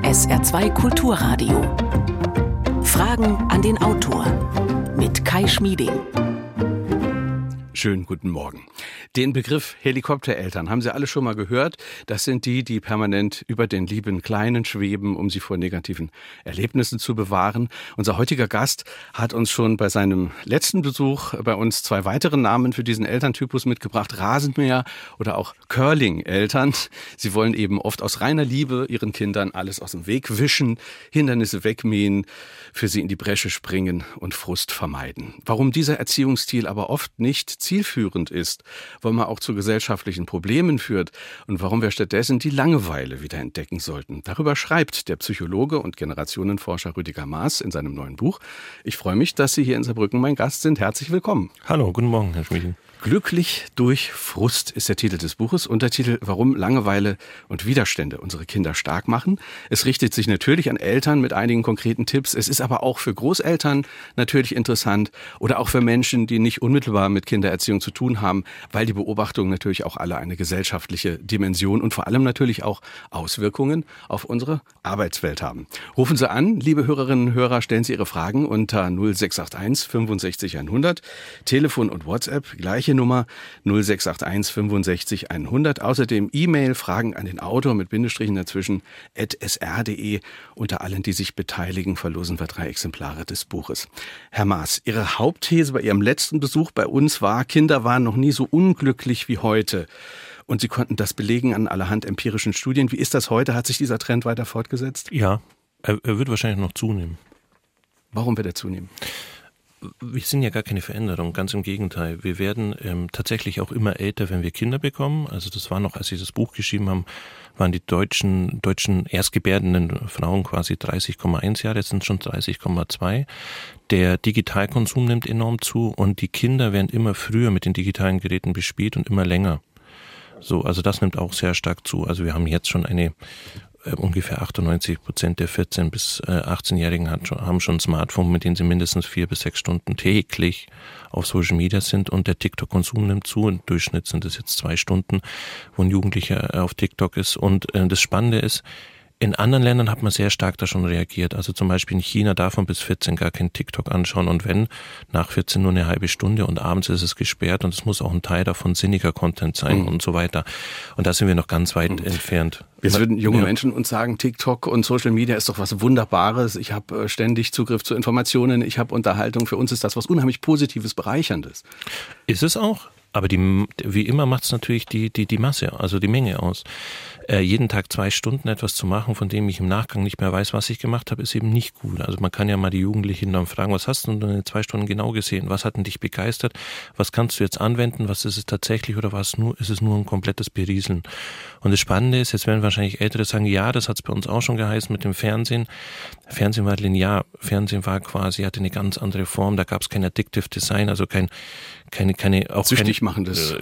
SR2 Kulturradio. Fragen an den Autor mit Kai Schmieding. Schönen guten Morgen. Den Begriff Helikoptereltern haben Sie alle schon mal gehört. Das sind die permanent über den lieben Kleinen schweben, um sie vor negativen Erlebnissen zu bewahren. Unser heutiger Gast hat uns schon bei seinem letzten Besuch bei uns 2 weitere Namen für diesen Elterntypus mitgebracht. Rasenmäher oder auch Curling-Eltern. Sie wollen eben oft aus reiner Liebe ihren Kindern alles aus dem Weg wischen, Hindernisse wegmähen, für sie in die Bresche springen und Frust vermeiden. Warum dieser Erziehungsstil aber oft nicht zielführend ist, warum er auch zu gesellschaftlichen Problemen führt und warum wir stattdessen die Langeweile wieder entdecken sollten. Darüber schreibt der Psychologe und Generationenforscher Rüdiger Maaß in seinem neuen Buch. Ich freue mich, dass Sie hier in Saarbrücken mein Gast sind. Herzlich willkommen. Hallo, guten Morgen, Herr Schmieding. Glücklich durch Frust ist der Titel des Buches. Untertitel: Warum Langeweile und Widerstände unsere Kinder stark machen. Es richtet sich natürlich an Eltern mit einigen konkreten Tipps. Es ist aber auch für Großeltern natürlich interessant oder auch für Menschen, die nicht unmittelbar mit Kindererziehung zu tun haben, weil die Beobachtungen natürlich auch alle eine gesellschaftliche Dimension und vor allem natürlich auch Auswirkungen auf unsere Arbeitswelt haben. Rufen Sie an, liebe Hörerinnen und Hörer, stellen Sie Ihre Fragen unter 0681 65 100, Telefon und WhatsApp, gleiche Nummer 0681 65 100. Außerdem E-Mail, Fragen an den Autor mit Bindestrichen dazwischen, @sr.de. Unter allen, die sich beteiligen, verlosen wir 3 Exemplare des Buches. Herr Maaß, Ihre Hauptthese bei Ihrem letzten Besuch bei uns war, Kinder waren noch nie so unglücklich wie heute. Und Sie konnten das belegen an allerhand empirischen Studien. Wie ist das heute? Hat sich dieser Trend weiter fortgesetzt? Ja, er wird wahrscheinlich noch zunehmen. Warum wird er zunehmen? Wir sind ja gar keine Veränderung, ganz im Gegenteil. Wir werden tatsächlich auch immer älter, wenn wir Kinder bekommen. Also das war noch, als Sie das Buch geschrieben haben, waren die deutschen erstgebärenden Frauen quasi 30,1 Jahre, jetzt sind es schon 30,2. Der Digitalkonsum nimmt enorm zu und die Kinder werden immer früher mit den digitalen Geräten bespielt und immer länger. So, also das nimmt auch sehr stark zu. Also wir haben jetzt schon ungefähr 98% der 14- bis 18-Jährigen haben schon ein Smartphone, mit denen sie mindestens 4 bis 6 Stunden täglich auf Social Media sind, und der TikTok-Konsum nimmt zu. Im Durchschnitt sind es jetzt 2 Stunden, wo ein Jugendlicher auf TikTok ist. Und das Spannende ist, in anderen Ländern hat man sehr stark da schon reagiert. Also zum Beispiel in China darf man bis 14 gar kein TikTok anschauen, und wenn, nach 14 nur eine halbe Stunde, und abends ist es gesperrt, und es muss auch ein Teil davon sinniger Content sein und so weiter. Und da sind wir noch ganz weit entfernt. Jetzt würden junge Menschen uns sagen, TikTok und Social Media ist doch was Wunderbares. Ich habe ständig Zugriff zu Informationen, ich habe Unterhaltung. Für uns ist das was unheimlich Positives, Bereicherndes. Ist es auch? Aber wie immer macht es natürlich die Masse, also die Menge aus. Jeden Tag 2 Stunden etwas zu machen, von dem ich im Nachgang nicht mehr weiß, was ich gemacht habe, ist eben nicht gut. Also man kann ja mal die Jugendlichen dann fragen, was hast du denn in 2 Stunden genau gesehen? Was hat denn dich begeistert? Was kannst du jetzt anwenden? Was ist es tatsächlich, oder ist es nur ein komplettes Berieseln? Und das Spannende ist, jetzt werden wahrscheinlich Ältere sagen, ja, das hat es bei uns auch schon geheißen mit dem Fernsehen. Fernsehen war linear. Fernsehen war quasi, hatte eine ganz andere Form. Da gab es kein Addictive Design, also kein süchtig machendes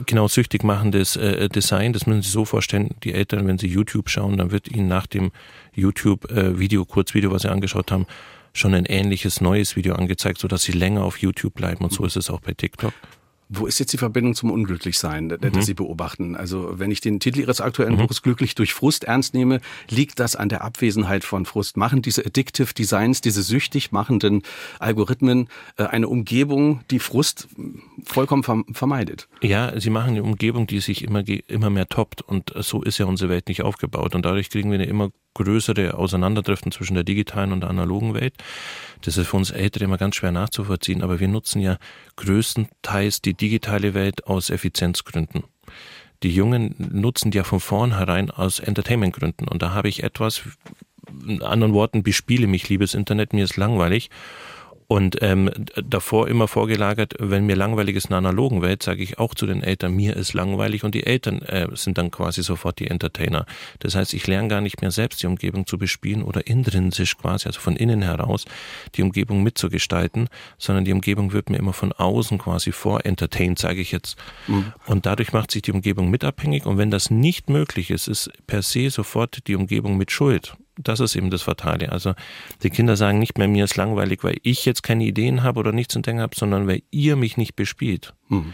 Design. Das müssen Sie so vorstellen, die Eltern, wenn sie YouTube schauen, dann wird ihnen nach dem Kurzvideo, was sie angeschaut haben, schon ein ähnliches neues Video angezeigt, sodass sie länger auf YouTube bleiben, und so ist es auch bei TikTok. Wo ist jetzt die Verbindung zum Unglücklichsein, das Sie beobachten? Also wenn ich den Titel Ihres aktuellen Buches Glücklich durch Frust ernst nehme, liegt das an der Abwesenheit von Frust? Machen diese Addictive Designs, diese süchtig machenden Algorithmen eine Umgebung, die Frust vollkommen vermeidet? Ja, sie machen eine Umgebung, die sich immer mehr toppt, und so ist ja unsere Welt nicht aufgebaut, und dadurch kriegen wir eine immer größere Auseinanderdriften zwischen der digitalen und der analogen Welt. Das ist für uns Ältere immer ganz schwer nachzuvollziehen, aber wir nutzen ja größtenteils die digitale Welt aus Effizienzgründen. Die Jungen nutzen die ja von vornherein aus Entertainmentgründen, und da habe ich etwas, in anderen Worten, bespiele mich, liebes Internet, mir ist langweilig. Und davor immer vorgelagert, wenn mir langweilig ist in der analogen Welt, sage ich auch zu den Eltern, mir ist langweilig, und die Eltern sind dann quasi sofort die Entertainer. Das heißt, ich lerne gar nicht mehr selbst die Umgebung zu bespielen oder intrinsisch quasi, also von innen heraus, die Umgebung mitzugestalten, sondern die Umgebung wird mir immer von außen quasi vorentertained, sage ich jetzt. Und dadurch macht sich die Umgebung mitabhängig, und wenn das nicht möglich ist, ist per se sofort die Umgebung mit Schuld. Das ist eben das Fatale. Also die Kinder sagen nicht mehr, mir ist langweilig, weil ich jetzt keine Ideen habe oder nichts zu denken habe, sondern weil ihr mich nicht bespielt.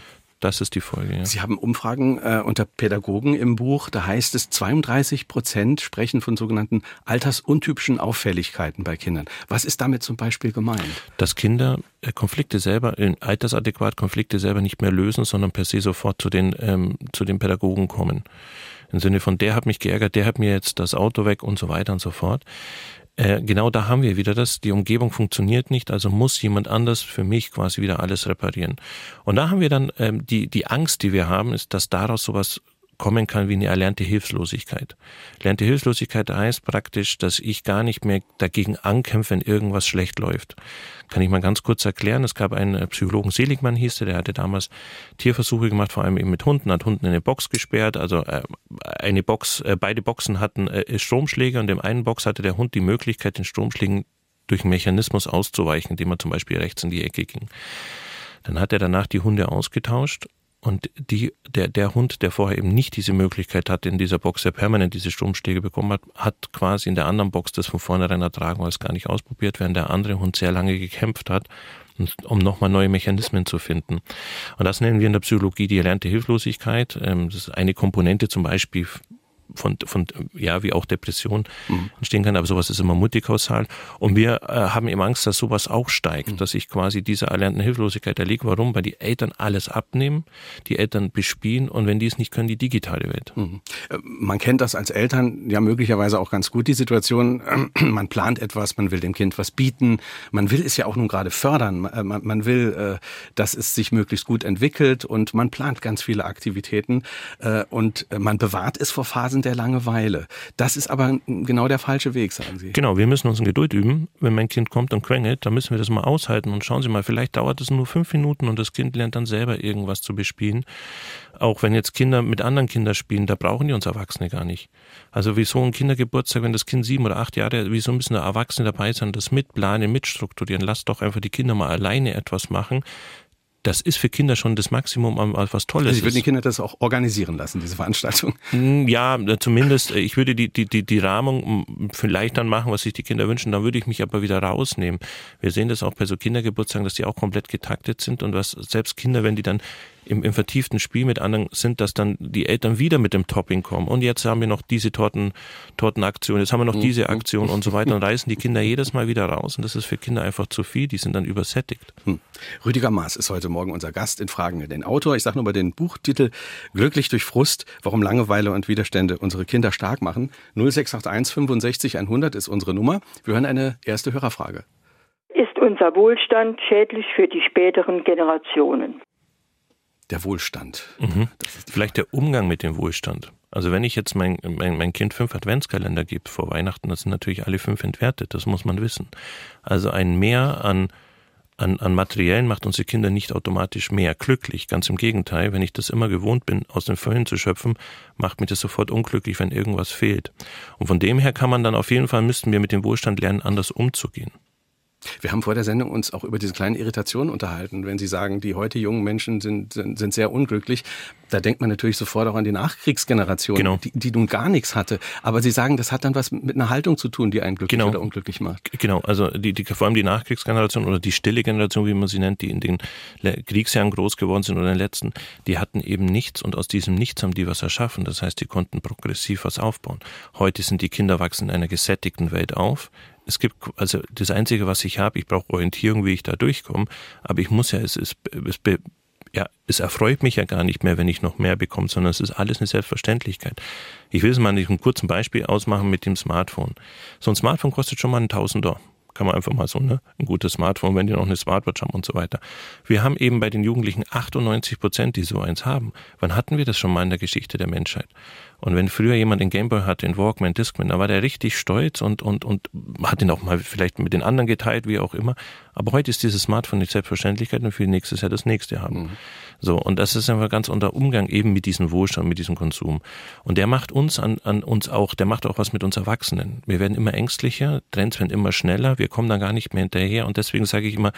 Das ist die Folge, ja. Sie haben Umfragen unter Pädagogen im Buch, da heißt es, 32% sprechen von sogenannten altersuntypischen Auffälligkeiten bei Kindern. Was ist damit zum Beispiel gemeint? Dass Kinder Konflikte selber, altersadäquat Konflikte selber nicht mehr lösen, sondern per se sofort zu den Pädagogen kommen. Im Sinne von, der hat mich geärgert, der hat mir jetzt das Auto weg und so weiter und so fort. Genau da haben wir wieder das, die Umgebung funktioniert nicht, also muss jemand anders für mich quasi wieder alles reparieren. Und da haben wir dann die Angst, die wir haben, ist, dass daraus sowas kommen kann wie eine erlernte Hilflosigkeit. Erlernte Hilflosigkeit heißt praktisch, dass ich gar nicht mehr dagegen ankämpfe, wenn irgendwas schlecht läuft. Kann ich mal ganz kurz erklären. Es gab einen Psychologen, Seligmann hieß der hatte damals Tierversuche gemacht, vor allem eben mit Hunden, hat Hunden in eine Box gesperrt, also beide Boxen hatten Stromschläge und im einen Box hatte der Hund die Möglichkeit, den Stromschlägen durch einen Mechanismus auszuweichen, indem er zum Beispiel rechts in die Ecke ging. Dann hat er danach die Hunde ausgetauscht. Und der Hund, der vorher eben nicht diese Möglichkeit hatte, in dieser Box, der permanent diese Stromschläge bekommen hat, hat quasi in der anderen Box das von vornherein ertragen, weil es gar nicht ausprobiert, während der andere Hund sehr lange gekämpft hat, um nochmal neue Mechanismen zu finden. Und das nennen wir in der Psychologie die erlernte Hilflosigkeit. Das ist eine Komponente zum Beispiel von wie auch Depression entstehen kann, aber sowas ist immer multikausal. Und wir haben eben Angst, dass sowas auch steigt, dass ich quasi dieser erlernten Hilflosigkeit erliege. Warum? Weil die Eltern alles abnehmen, die Eltern bespielen und wenn die es nicht können, die digitale Welt. Man kennt das als Eltern ja möglicherweise auch ganz gut, die Situation, man plant etwas, man will dem Kind was bieten, man will es ja auch nun gerade fördern, man will, dass es sich möglichst gut entwickelt und man plant ganz viele Aktivitäten und man bewahrt es vor Phasen der Langeweile. Das ist aber genau der falsche Weg, sagen Sie. Genau, wir müssen uns in Geduld üben. Wenn mein Kind kommt und quengelt, dann müssen wir das mal aushalten. Und schauen Sie mal, vielleicht dauert es nur 5 Minuten und das Kind lernt dann selber irgendwas zu bespielen. Auch wenn jetzt Kinder mit anderen Kindern spielen, da brauchen die uns Erwachsene gar nicht. Also wieso ein Kindergeburtstag, wenn das Kind 7 oder 8 Jahre, wieso müssen da Erwachsene dabei sein, das mitplanen, mitstrukturieren? Lasst doch einfach die Kinder mal alleine etwas machen. Das ist für Kinder schon das Maximum an was Tolles. Also ich würde die Kinder das auch organisieren lassen, diese Veranstaltung. Ja, zumindest, ich würde die Rahmung vielleicht dann machen, was sich die Kinder wünschen, dann würde ich mich aber wieder rausnehmen. Wir sehen das auch bei so Kindergeburtstagen, dass die auch komplett getaktet sind und was selbst Kinder, wenn die dann im vertieften Spiel mit anderen sind, dass dann die Eltern wieder mit dem Topping kommen. Und jetzt haben wir noch diese Tortenaktion, jetzt haben wir noch diese Aktion und so weiter und reißen die Kinder jedes Mal wieder raus. Und das ist für Kinder einfach zu viel, die sind dann übersättigt. Rüdiger Maaß ist heute Morgen unser Gast in Fragen den Autor. Ich sage nur bei den Buchtitel Glücklich durch Frust, warum Langeweile und Widerstände unsere Kinder stark machen. 0681 65 100 ist unsere Nummer. Wir hören eine erste Hörerfrage. Ist unser Wohlstand schädlich für die späteren Generationen? Der Wohlstand. Vielleicht der Umgang mit dem Wohlstand. Also wenn ich jetzt mein Kind 5 Adventskalender gebe vor Weihnachten, das sind natürlich alle 5 entwertet, das muss man wissen. Also ein Mehr an Materiellen macht unsere Kinder nicht automatisch mehr glücklich. Ganz im Gegenteil, wenn ich das immer gewohnt bin, aus den Vollen zu schöpfen, macht mich das sofort unglücklich, wenn irgendwas fehlt. Und von dem her müssten wir mit dem Wohlstand lernen, anders umzugehen. Wir haben vor der Sendung uns auch über diese kleinen Irritationen unterhalten. Wenn Sie sagen, die heute jungen Menschen sind sehr unglücklich, da denkt man natürlich sofort auch an die Nachkriegsgeneration, genau, die nun gar nichts hatte. Aber Sie sagen, das hat dann was mit einer Haltung zu tun, die einen glücklich oder unglücklich macht. Genau, also vor allem die Nachkriegsgeneration oder die stille Generation, wie man sie nennt, die in den Kriegsjahren groß geworden sind oder in den letzten, die hatten eben nichts und aus diesem Nichts haben die was erschaffen. Das heißt, die konnten progressiv was aufbauen. Heute sind die Kinder wachsen in einer gesättigten Welt auf. Es gibt, also das Einzige, was ich habe, ich brauche Orientierung, wie ich da durchkomme, aber ich muss es erfreut mich ja gar nicht mehr, wenn ich noch mehr bekomme, sondern es ist alles eine Selbstverständlichkeit. Ich will es mal nicht einem kurzen Beispiel ausmachen mit dem Smartphone. So ein Smartphone kostet schon mal $1.000. Kann man einfach mal so, ein gutes Smartphone, wenn die noch eine Smartwatch haben und so weiter. Wir haben eben bei den Jugendlichen 98%, die so eins haben. Wann hatten wir das schon mal in der Geschichte der Menschheit? Und wenn früher jemand den Gameboy hatte, den Walkman, Discman, da war der richtig stolz und hat ihn auch mal vielleicht mit den anderen geteilt, wie auch immer. Aber heute ist dieses Smartphone nicht Selbstverständlichkeit und für nächstes Jahr das nächste haben. So, und das ist einfach ganz unter Umgang eben mit diesem Wohlstand, mit diesem Konsum. Und der macht uns an uns auch, der macht auch was mit uns Erwachsenen. Wir werden immer ängstlicher, Trends werden immer schneller, wir kommen da gar nicht mehr hinterher und deswegen sage ich immer,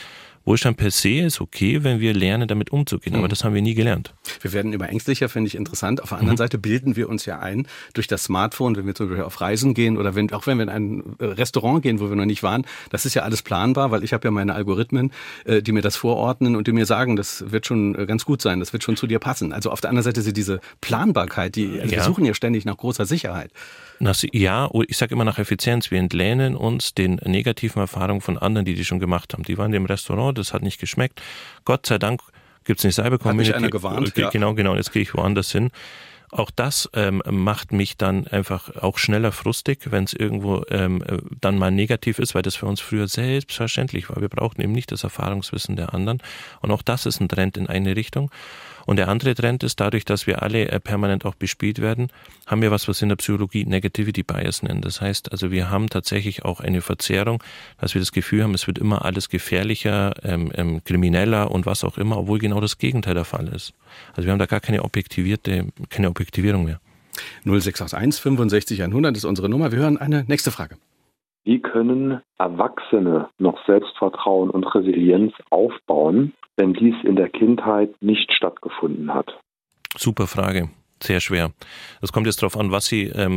Wohlstand per se ist okay, wenn wir lernen, damit umzugehen, aber das haben wir nie gelernt. Wir werden immer ängstlicher, finde ich interessant. Auf der anderen Seite bilden wir uns ja ein durch das Smartphone, wenn wir zum Beispiel auf Reisen gehen oder wenn wir in ein Restaurant gehen, wo wir noch nicht waren. Das ist ja alles planbar, weil ich habe ja meine Algorithmen, die mir das vorordnen und die mir sagen, das wird schon ganz gut sein, das wird schon zu dir passen. Also auf der anderen Seite ist diese Planbarkeit, wir suchen ja ständig nach großer Sicherheit. Ja, ich sage immer nach Effizienz. Wir entlehnen uns den negativen Erfahrungen von anderen, die schon gemacht haben. Die waren im Restaurant, das hat nicht geschmeckt. Gott sei Dank gibt es eine Cyber-Community. Hat mich einer gewarnt. Genau, jetzt gehe ich woanders hin. Auch das macht mich dann einfach auch schneller frustig, wenn es irgendwo dann mal negativ ist, weil das für uns früher selbstverständlich war. Wir brauchten eben nicht das Erfahrungswissen der anderen. Und auch das ist ein Trend in eine Richtung. Und der andere Trend ist, dadurch, dass wir alle permanent auch bespielt werden, haben wir was in der Psychologie Negativity Bias nennen. Das heißt, also wir haben tatsächlich auch eine Verzerrung, dass wir das Gefühl haben, es wird immer alles gefährlicher, krimineller und was auch immer, obwohl genau das Gegenteil der Fall ist. Also wir haben da gar keine Objektivierung mehr. 0681 65 100 ist unsere Nummer. Wir hören eine nächste Frage. Wie können Erwachsene noch Selbstvertrauen und Resilienz aufbauen, wenn dies in der Kindheit nicht stattgefunden hat? Super Frage. Sehr schwer. Das kommt jetzt darauf an, was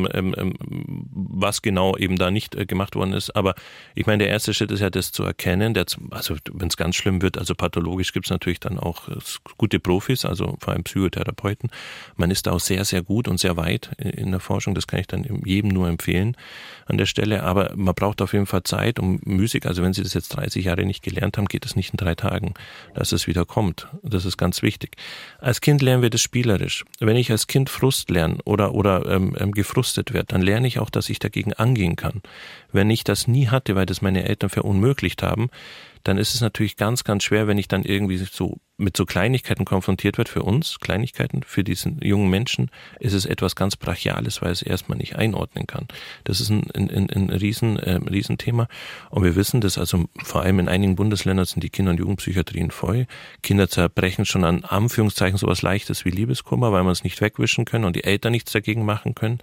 genau eben da nicht gemacht worden ist. Aber ich meine, der erste Schritt ist ja, das zu erkennen. Also wenn es ganz schlimm wird, also pathologisch gibt es natürlich dann auch gute Profis, also vor allem Psychotherapeuten. Man ist da auch sehr, sehr gut und sehr weit in der Forschung. Das kann ich dann jedem nur empfehlen an der Stelle. Aber man braucht auf jeden Fall Zeit, um Musik, also wenn Sie das jetzt 30 Jahre nicht gelernt haben, geht es nicht in 3 Tagen, dass es wieder kommt. Das ist ganz wichtig. Als Kind lernen wir das spielerisch. Wenn ich als Kind Frust lerne oder gefrustet werde, dann lerne ich auch, dass ich dagegen angehen kann. Wenn ich das nie hatte, weil das meine Eltern verunmöglicht haben, dann ist es natürlich ganz, ganz schwer, wenn ich dann irgendwie so mit so Kleinigkeiten konfrontiert wird für uns, Kleinigkeiten, für diesen jungen Menschen, ist es etwas ganz Brachiales, weil es erstmal nicht einordnen kann. Das ist ein Riesenthema. Und wir wissen das, also vor allem in einigen Bundesländern sind die Kinder- und Jugendpsychiatrien voll. Kinder zerbrechen schon an Anführungszeichen sowas Leichtes wie Liebeskummer, weil man es nicht wegwischen können und die Eltern nichts dagegen machen können.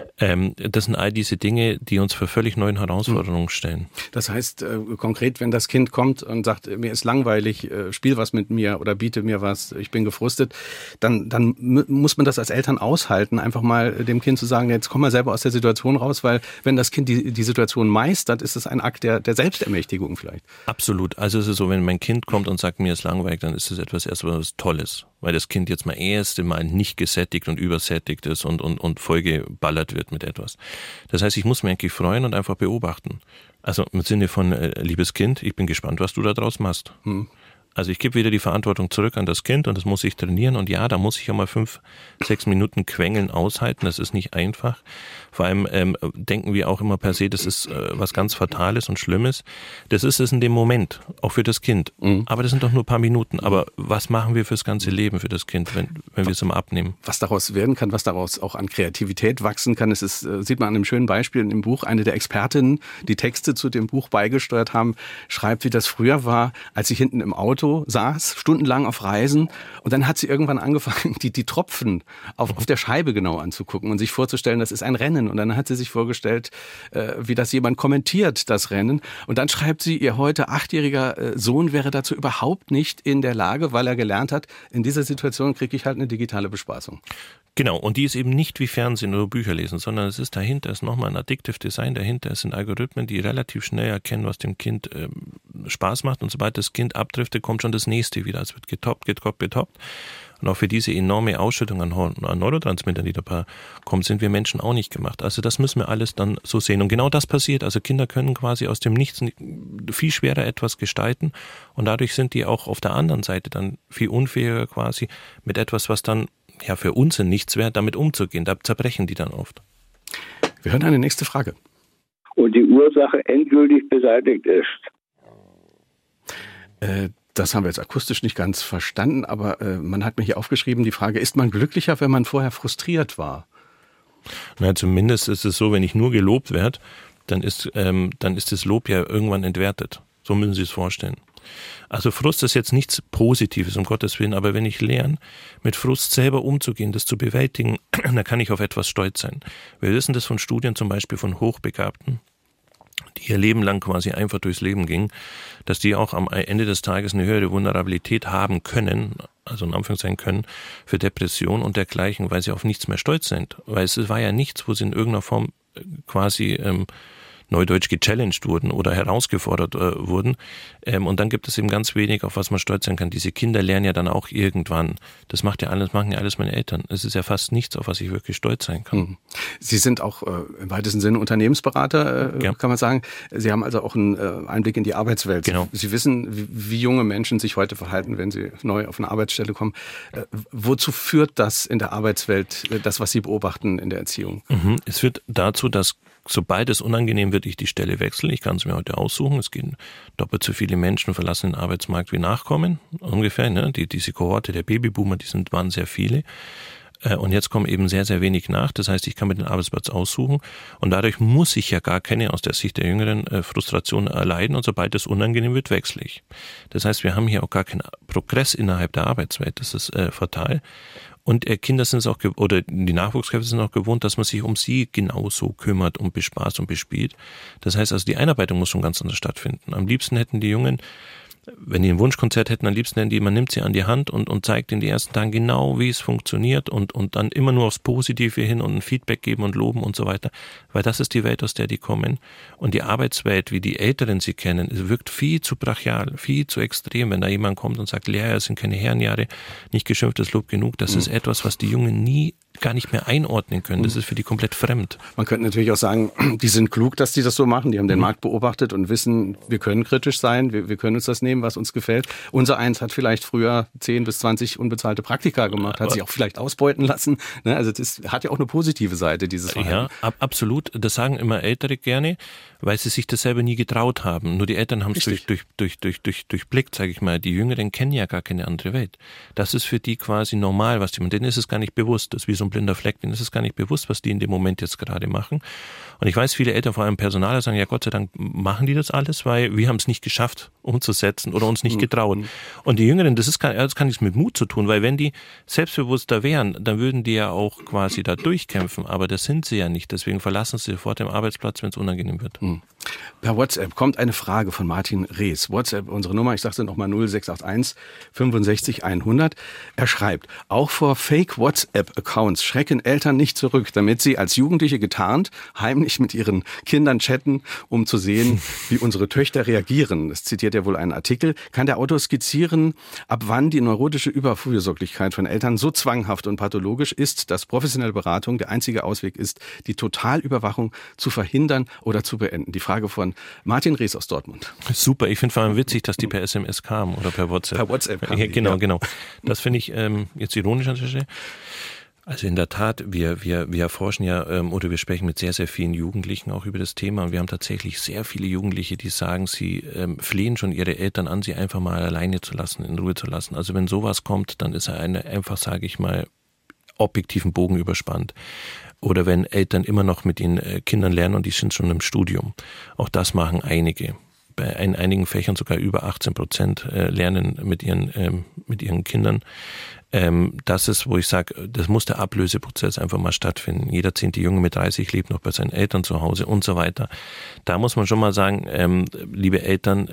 Das sind all diese Dinge, die uns vor völlig neuen Herausforderungen stellen. Das heißt konkret, wenn das Kind kommt und sagt, mir ist langweilig, spiel was mit mir oder biete mir was, ich bin gefrustet, dann muss man das als Eltern aushalten, einfach mal dem Kind zu sagen, jetzt komm mal selber aus der Situation raus, weil wenn das Kind die Situation meistert, ist es ein Akt der Selbstermächtigung vielleicht. Absolut. Also es ist so, wenn mein Kind kommt und sagt, mir ist langweilig, dann ist es etwas Tolles, weil das Kind jetzt mal erst einmal nicht gesättigt und übersättigt ist und vollgeballert wird mit etwas. Das heißt, ich muss mich eigentlich freuen und einfach beobachten. Also im Sinne von, liebes Kind, ich bin gespannt, was du da draus machst. Also ich gebe wieder die Verantwortung zurück an das Kind und das muss ich trainieren und ja, da muss ich auch mal 5-6 Minuten Quengeln aushalten, das ist nicht einfach. Vor allem denken wir auch immer per se, das ist was ganz Fatales und Schlimmes. Das ist es in dem Moment, auch für das Kind. Aber das sind doch nur ein paar Minuten. Aber was machen wir fürs ganze Leben für das Kind, wenn wir es immer abnehmen? Was daraus werden kann, was daraus auch an Kreativität wachsen kann, sieht man an einem schönen Beispiel in dem Buch. Eine der Expertinnen, die Texte zu dem Buch beigesteuert haben, schreibt, wie das früher war, als sie hinten im Auto saß, stundenlang auf Reisen und dann hat sie irgendwann angefangen, die Tropfen auf der Scheibe genau anzugucken und sich vorzustellen, das ist ein Rennen. Und dann hat sie sich vorgestellt, wie das jemand kommentiert, das Rennen. Und dann schreibt sie, ihr heute 8-jähriger Sohn wäre dazu überhaupt nicht in der Lage, weil er gelernt hat, in dieser Situation kriege ich halt eine digitale Bespaßung. Genau, und die ist eben nicht wie Fernsehen oder Bücher lesen, sondern es ist dahinter, ist nochmal ein Addictive Design dahinter, es sind Algorithmen, die relativ schnell erkennen, was dem Kind Spaß macht und sobald das Kind abdriftet, kommt schon das nächste wieder, es wird getoppt. Und auch für diese enorme Ausschüttung an Neurotransmittern, die da kommt, sind wir Menschen auch nicht gemacht. Also das müssen wir alles dann so sehen. Und genau das passiert. Also Kinder können quasi aus dem Nichts viel schwerer etwas gestalten und dadurch sind die auch auf der anderen Seite dann viel unfähiger quasi mit etwas, was dann ja für uns nichts wäre, damit umzugehen. Da zerbrechen die dann oft. Wir hören eine nächste Frage. Und die Ursache endgültig beseitigt ist. Das haben wir jetzt akustisch nicht ganz verstanden, aber man hat mir hier aufgeschrieben, die Frage, ist man glücklicher, wenn man vorher frustriert war? Na, zumindest ist es so, wenn ich nur gelobt werde, dann ist das Lob ja irgendwann entwertet. So müssen Sie es vorstellen. Also Frust ist jetzt nichts Positives, um Gottes Willen, aber wenn ich lerne, mit Frust selber umzugehen, das zu bewältigen, dann kann ich auf etwas stolz sein. Wir wissen das von Studien zum Beispiel von Hochbegabten, die ihr Leben lang quasi einfach durchs Leben gingen, dass die auch am Ende des Tages eine höhere Vulnerabilität haben können, also in Anführungszeichen können, für Depression und dergleichen, weil sie auf nichts mehr stolz sind. Weil es war ja nichts, wo sie in irgendeiner Form quasi neudeutsch gechallenged wurden oder herausgefordert wurden. Und dann gibt es eben ganz wenig, auf was man stolz sein kann. Diese Kinder lernen ja dann auch irgendwann. Das machen ja alles meine Eltern. Es ist ja fast nichts, auf was ich wirklich stolz sein kann. Sie sind auch im weitesten Sinne Unternehmensberater, kann man sagen. Sie haben also auch einen Einblick in die Arbeitswelt. Genau. Sie wissen, wie junge Menschen sich heute verhalten, wenn sie neu auf eine Arbeitsstelle kommen. Wozu führt das in der Arbeitswelt, das, was Sie beobachten in der Erziehung? Es führt dazu, dass sobald es unangenehm wird, ich die Stelle wechsle. Ich kann es mir heute aussuchen. Es gehen doppelt so viele Menschen verlassen den Arbeitsmarkt wie nachkommen. Ungefähr, ne? Diese Kohorte der Babyboomer, waren sehr viele. Und jetzt kommen eben sehr, sehr wenig nach. Das heißt, ich kann mir den Arbeitsplatz aussuchen. Und dadurch muss ich ja gar keine, aus der Sicht der Jüngeren, Frustration erleiden. Und sobald es unangenehm wird, wechsle ich. Das heißt, wir haben hier auch gar keinen Progress innerhalb der Arbeitswelt. Das ist fatal. Und Kinder sind es auch, oder die Nachwuchskräfte sind auch gewohnt, dass man sich um sie genauso kümmert und bespaßt und bespielt. Das heißt also, die Einarbeitung muss schon ganz anders stattfinden. Am liebsten hätten die Jungen, wenn die ein Wunschkonzert hätten, am liebsten hätten die, man nimmt sie an die Hand und zeigt in den ersten Tagen genau, wie es funktioniert und dann immer nur aufs Positive hin und ein Feedback geben und loben und so weiter. Weil das ist die Welt, aus der die kommen. Und die Arbeitswelt, wie die Älteren sie kennen, wirkt viel zu brachial, viel zu extrem. Wenn da jemand kommt und sagt, Lehrjahre sind keine Herrenjahre, nicht geschimpftes Lob genug, das ist etwas, was die Jungen gar nicht mehr einordnen können. Das ist für die komplett fremd. Man könnte natürlich auch sagen, die sind klug, dass die das so machen. Die haben den Markt beobachtet und wissen, wir können kritisch sein, wir können uns das nehmen, was uns gefällt. Unser Eins hat vielleicht früher 10 bis 20 unbezahlte Praktika gemacht, hat sich auch vielleicht ausbeuten lassen. Also das hat ja auch eine positive Seite, dieses Verhalten. Ja, absolut. Das sagen immer Ältere gerne, weil sie sich das selber nie getraut haben. Nur die Eltern haben es durchblickt, sage ich mal. Die Jüngeren kennen ja gar keine andere Welt. Das ist für die quasi normal, was die machen. Denen ist es gar nicht bewusst. Das ist wie so ein blinder Fleck. Denen ist es gar nicht bewusst, was die in dem Moment jetzt gerade machen. Und ich weiß, viele Eltern, vor allem Personaler, sagen, ja Gott sei Dank machen die das alles, weil wir haben es nicht geschafft umzusetzen oder uns nicht getraut. Und die Jüngeren, das kann nichts mit Mut zu tun, weil wenn die selbstbewusster wären, dann würden die ja auch quasi da durchkämpfen. Aber das sind sie ja nicht. Deswegen verlassen sie sofort den Arbeitsplatz, wenn es unangenehm wird. Per WhatsApp kommt eine Frage von Martin Rees. WhatsApp, unsere Nummer, ich sagte nochmal 0681 65 100. Er schreibt, auch vor Fake-WhatsApp-Accounts schrecken Eltern nicht zurück, damit sie als Jugendliche getarnt heimlich mit ihren Kindern chatten, um zu sehen, wie unsere Töchter reagieren. Das zitiert ja wohl einen Artikel. Kann der Autor skizzieren, ab wann die neurotische Überfürsorglichkeit von Eltern so zwanghaft und pathologisch ist, dass professionelle Beratung der einzige Ausweg ist, die Totalüberwachung zu verhindern oder zu beenden? Die Frage von Martin Rees aus Dortmund. Super, ich finde vor allem witzig, dass die per SMS kamen oder per WhatsApp. Per WhatsApp kamen die, genau. Das finde ich jetzt ironisch an der Stelle. Also in der Tat, wir erforschen ja oder wir sprechen mit sehr, sehr vielen Jugendlichen auch über das Thema und wir haben tatsächlich sehr viele Jugendliche, die sagen, sie flehen schon ihre Eltern an, sie einfach mal alleine zu lassen, in Ruhe zu lassen. Also wenn sowas kommt, dann ist er einfach, sage ich mal, objektiven Bogen überspannt. Oder wenn Eltern immer noch mit den Kindern lernen und die sind schon im Studium. Auch das machen einige. Bei einigen Fächern sogar über 18% lernen mit ihren Kindern. Das ist, wo ich sage, das muss der Ablöseprozess einfach mal stattfinden. Jeder 10. Junge mit 30 lebt noch bei seinen Eltern zu Hause und so weiter. Da muss man schon mal sagen, liebe Eltern,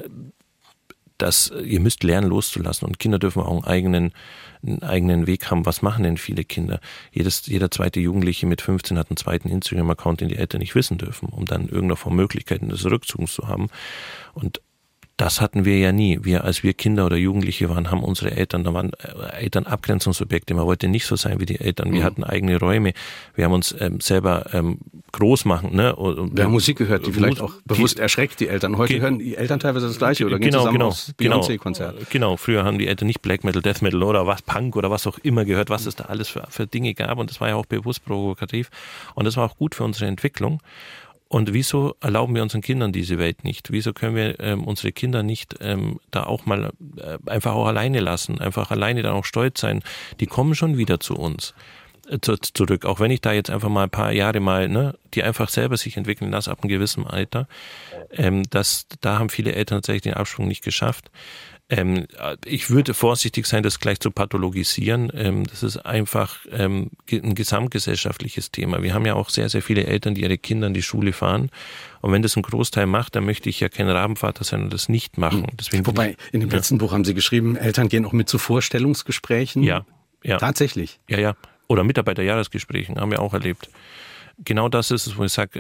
ihr müsst lernen loszulassen und Kinder dürfen auch einen eigenen Weg haben. Was machen denn viele Kinder? Jeder zweite Jugendliche mit 15 hat einen zweiten Instagram-Account, den die Eltern nicht wissen dürfen, um dann irgendeine Form Möglichkeiten des Rückzugs zu haben. Und das hatten wir ja nie. Als wir Kinder oder Jugendliche waren, haben unsere Eltern, da waren Eltern Abgrenzungsobjekte. Man wollte nicht so sein wie die Eltern. Wir hatten eigene Räume. Wir haben uns selber groß machen. Ne? Wir haben Musik gehört, die vielleicht auch bewusst erschreckt die Eltern. Heute hören die Eltern teilweise das Gleiche oder gehen zusammen aufs Beyoncé-Konzert. Genau, früher haben die Eltern nicht Black Metal, Death Metal oder was, Punk oder was auch immer gehört, was es da alles für Dinge gab. Und das war ja auch bewusst provokativ. Und das war auch gut für unsere Entwicklung. Und wieso erlauben wir unseren Kindern diese Welt nicht? Wieso können wir unsere Kinder nicht da auch mal einfach auch alleine lassen, einfach alleine dann auch stolz sein? Die kommen schon wieder zu uns zurück, auch wenn ich da jetzt einfach mal ein paar Jahre die einfach selber sich entwickeln lassen ab einem gewissen Alter. Da haben viele Eltern tatsächlich den Absprung nicht geschafft. Ich würde vorsichtig sein, das gleich zu pathologisieren. Das ist einfach ein gesamtgesellschaftliches Thema. Wir haben ja auch sehr, sehr viele Eltern, die ihre Kinder in die Schule fahren. Und wenn das ein Großteil macht, dann möchte ich ja kein Rabenvater sein und das nicht machen. Deswegen Wobei, in dem letzten Buch haben Sie geschrieben, Eltern gehen auch mit zu Vorstellungsgesprächen. Ja. Tatsächlich. Ja. Oder Mitarbeiterjahresgesprächen haben wir auch erlebt. Genau das ist es, wo ich sage,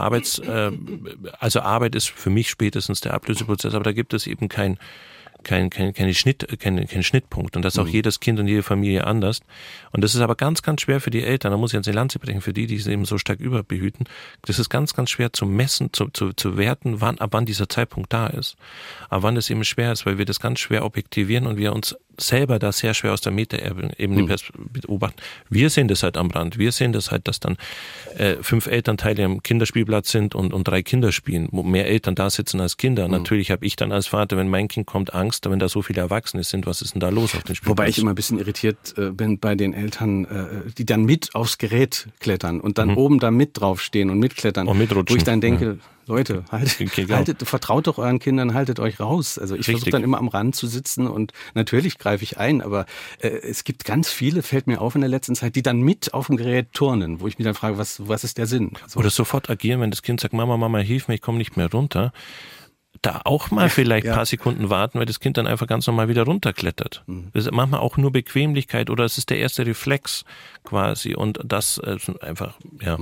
Arbeit ist für mich spätestens der Ablöseprozess, aber da gibt es eben keinen Schnittpunkt. Und das ist auch jedes Kind und jede Familie anders. Und das ist aber ganz, ganz schwer für die Eltern. Da muss ich ans Lanze brechen, für die es eben so stark überbehüten. Das ist ganz, ganz schwer zu messen, zu werten, ab wann dieser Zeitpunkt da ist. Aber wann es eben schwer ist, weil wir das ganz schwer objektivieren und wir uns selber da sehr schwer aus der Metaebene beobachten. Wir sehen das halt am Rand. Wir sehen das halt, dass dann 5 Elternteile am Kinderspielplatz sind und 3 Kinder spielen, wo mehr Eltern da sitzen als Kinder. Natürlich habe ich dann als Vater, wenn mein Kind kommt, Angst, wenn da so viele Erwachsene sind, was ist denn da los auf dem Spielplatz? Wobei ich immer ein bisschen irritiert bin bei den Eltern, die dann mit aufs Gerät klettern und dann oben da mit draufstehen und mitklettern. Und mitrutschen. Wo ich dann denke, Leute, vertraut doch euren Kindern, haltet euch raus. Also ich versuche dann immer am Rand zu sitzen und natürlich greife ich ein, aber es gibt ganz viele, fällt mir auf in der letzten Zeit, die dann mit auf dem Gerät turnen, wo ich mich dann frage, was ist der Sinn? Also, oder sofort agieren, wenn das Kind sagt, Mama, hilf mir, ich komme nicht mehr runter. Da auch mal vielleicht ein paar Sekunden warten, weil das Kind dann einfach ganz normal wieder runterklettert. Das ist manchmal auch nur Bequemlichkeit oder es ist der erste Reflex quasi und das ist einfach,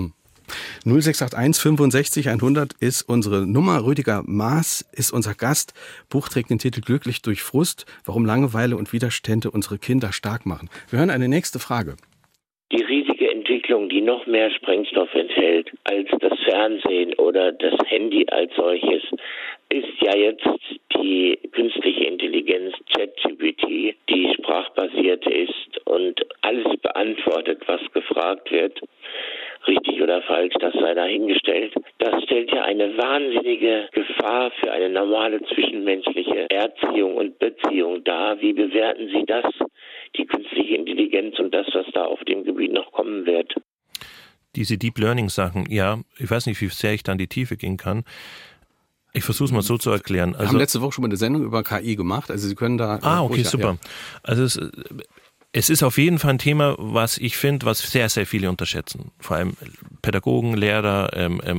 0681 65 100 ist unsere Nummer. Rüdiger Maaß ist unser Gast. Buch trägt den Titel Glücklich durch Frust, warum Langeweile und Widerstände unsere Kinder stark machen. Wir hören eine nächste Frage. Die riesige Entwicklung, die noch mehr Sprengstoff enthält als das Fernsehen oder das Handy als solches, ist ja jetzt die künstliche Intelligenz ChatGPT, die sprachbasiert ist und alles beantwortet, was gefragt wird. Richtig oder falsch, das sei dahingestellt. Das stellt ja eine wahnsinnige Gefahr für eine normale zwischenmenschliche Erziehung und Beziehung dar. Wie bewerten Sie das, die künstliche Intelligenz und das, was da auf dem Gebiet noch kommen wird? Diese Deep Learning Sachen, ja, ich weiß nicht, wie sehr ich da in die Tiefe gehen kann. Ich versuche es mal so zu erklären. Wir haben letzte Woche schon mal eine Sendung über KI gemacht, also Sie können da... okay, super. Ja. Also es ist auf jeden Fall ein Thema, was ich finde, was sehr, sehr viele unterschätzen. Vor allem Pädagogen, Lehrer,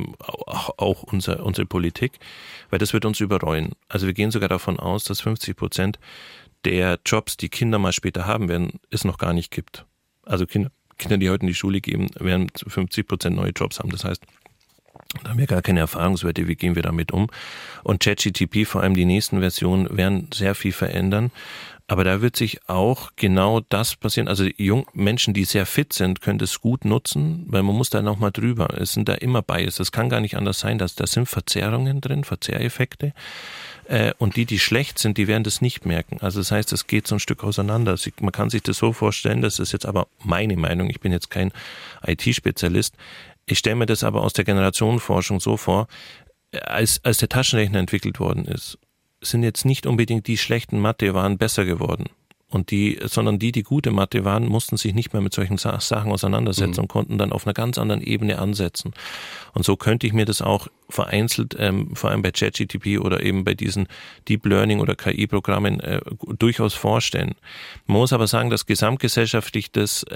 auch unsere Politik, weil das wird uns überrollen. Also wir gehen sogar davon aus, dass 50% der Jobs, die Kinder mal später haben werden, es noch gar nicht gibt. Also Kinder, die heute in die Schule gehen, werden 50% neue Jobs haben. Das heißt, da haben wir gar keine Erfahrungswerte, wie gehen wir damit um. Und ChatGPT, vor allem die nächsten Versionen, werden sehr viel verändern. Aber da wird sich auch genau das passieren. Also Menschen, die sehr fit sind, können das gut nutzen, weil man muss da nochmal drüber. Es sind da immer Bias. Das kann gar nicht anders sein. Da sind Verzerrungen drin, Verzerreffekte. Und die schlecht sind, die werden das nicht merken. Also das heißt, es geht so ein Stück auseinander. Man kann sich das so vorstellen, das ist jetzt aber meine Meinung. Ich bin jetzt kein IT-Spezialist. Ich stelle mir das aber aus der Generationenforschung so vor, als der Taschenrechner entwickelt worden ist, sind jetzt nicht unbedingt die schlechten Mathe waren besser geworden. Sondern die gute Mathe waren, mussten sich nicht mehr mit solchen Sachen auseinandersetzen und konnten dann auf einer ganz anderen Ebene ansetzen. Und so könnte ich mir das auch vereinzelt, vor allem bei ChatGPT oder eben bei diesen Deep Learning oder KI-Programmen durchaus vorstellen. Man muss aber sagen, dass gesamtgesellschaftlich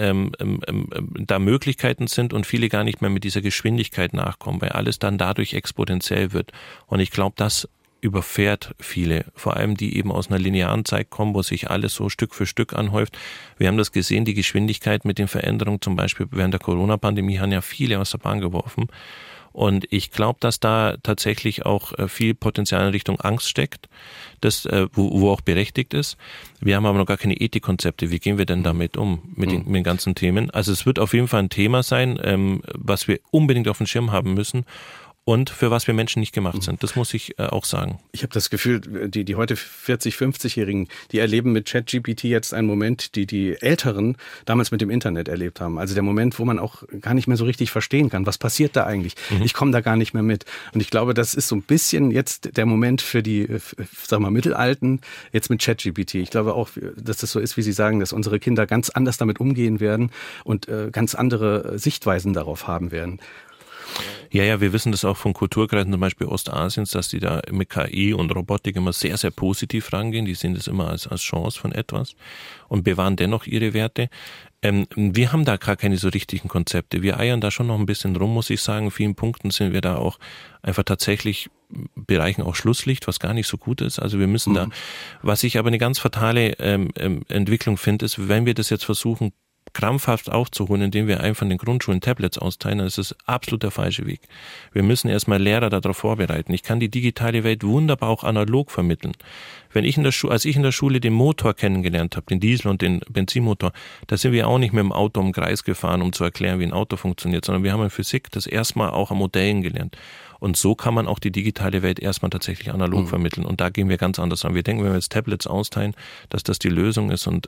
da Möglichkeiten sind und viele gar nicht mehr mit dieser Geschwindigkeit nachkommen, weil alles dann dadurch exponentiell wird. Und ich glaube, das überfährt viele, vor allem die eben aus einer linearen Zeit kommen, wo sich alles so Stück für Stück anhäuft. Wir haben das gesehen, die Geschwindigkeit mit den Veränderungen, zum Beispiel während der Corona-Pandemie, haben ja viele aus der Bahn geworfen. Und ich glaube, dass da tatsächlich auch viel Potenzial in Richtung Angst steckt, das wo auch berechtigt ist. Wir haben aber noch gar keine Ethikkonzepte. Wie gehen wir denn damit um, mit den ganzen Themen? Also es wird auf jeden Fall ein Thema sein, was wir unbedingt auf dem Schirm haben müssen. Und für was wir Menschen nicht gemacht sind. Das muss ich auch sagen. Ich habe das Gefühl, die heute 40-, 50-Jährigen, die erleben mit ChatGPT jetzt einen Moment, die Älteren damals mit dem Internet erlebt haben. Also der Moment, wo man auch gar nicht mehr so richtig verstehen kann, was passiert da eigentlich? Ich komme da gar nicht mehr mit. Und ich glaube, das ist so ein bisschen jetzt der Moment für die, Mittelalten, jetzt mit ChatGPT. Ich glaube auch, dass das so ist, wie Sie sagen, dass unsere Kinder ganz anders damit umgehen werden und ganz andere Sichtweisen darauf haben werden. Ja, wir wissen das auch von Kulturkreisen, zum Beispiel Ostasiens, dass die da mit KI und Robotik immer sehr, sehr positiv rangehen. Die sehen das immer als Chance von etwas und bewahren dennoch ihre Werte. Wir haben da gar keine so richtigen Konzepte. Wir eiern da schon noch ein bisschen rum, muss ich sagen. In vielen Punkten sind wir da auch einfach tatsächlich Bereichen auch Schlusslicht, was gar nicht so gut ist. Also wir müssen da, was ich aber eine ganz fatale Entwicklung finde, ist, wenn wir das jetzt versuchen, krampfhaft aufzuholen, indem wir einfach in den Grundschulen Tablets austeilen, dann ist das absolut der falsche Weg. Wir müssen erstmal Lehrer darauf vorbereiten. Ich kann die digitale Welt wunderbar auch analog vermitteln. Wenn ich als ich in der Schule den Motor kennengelernt habe, den Diesel und den Benzinmotor, da sind wir auch nicht mit dem Auto im Kreis gefahren, um zu erklären, wie ein Auto funktioniert, sondern wir haben in Physik das erstmal auch an Modellen gelernt. Und so kann man auch die digitale Welt erstmal tatsächlich analog vermitteln. Und da gehen wir ganz anders an. Wir denken, wenn wir jetzt Tablets austeilen, dass das die Lösung ist. Und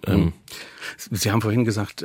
Sie haben vorhin gesagt,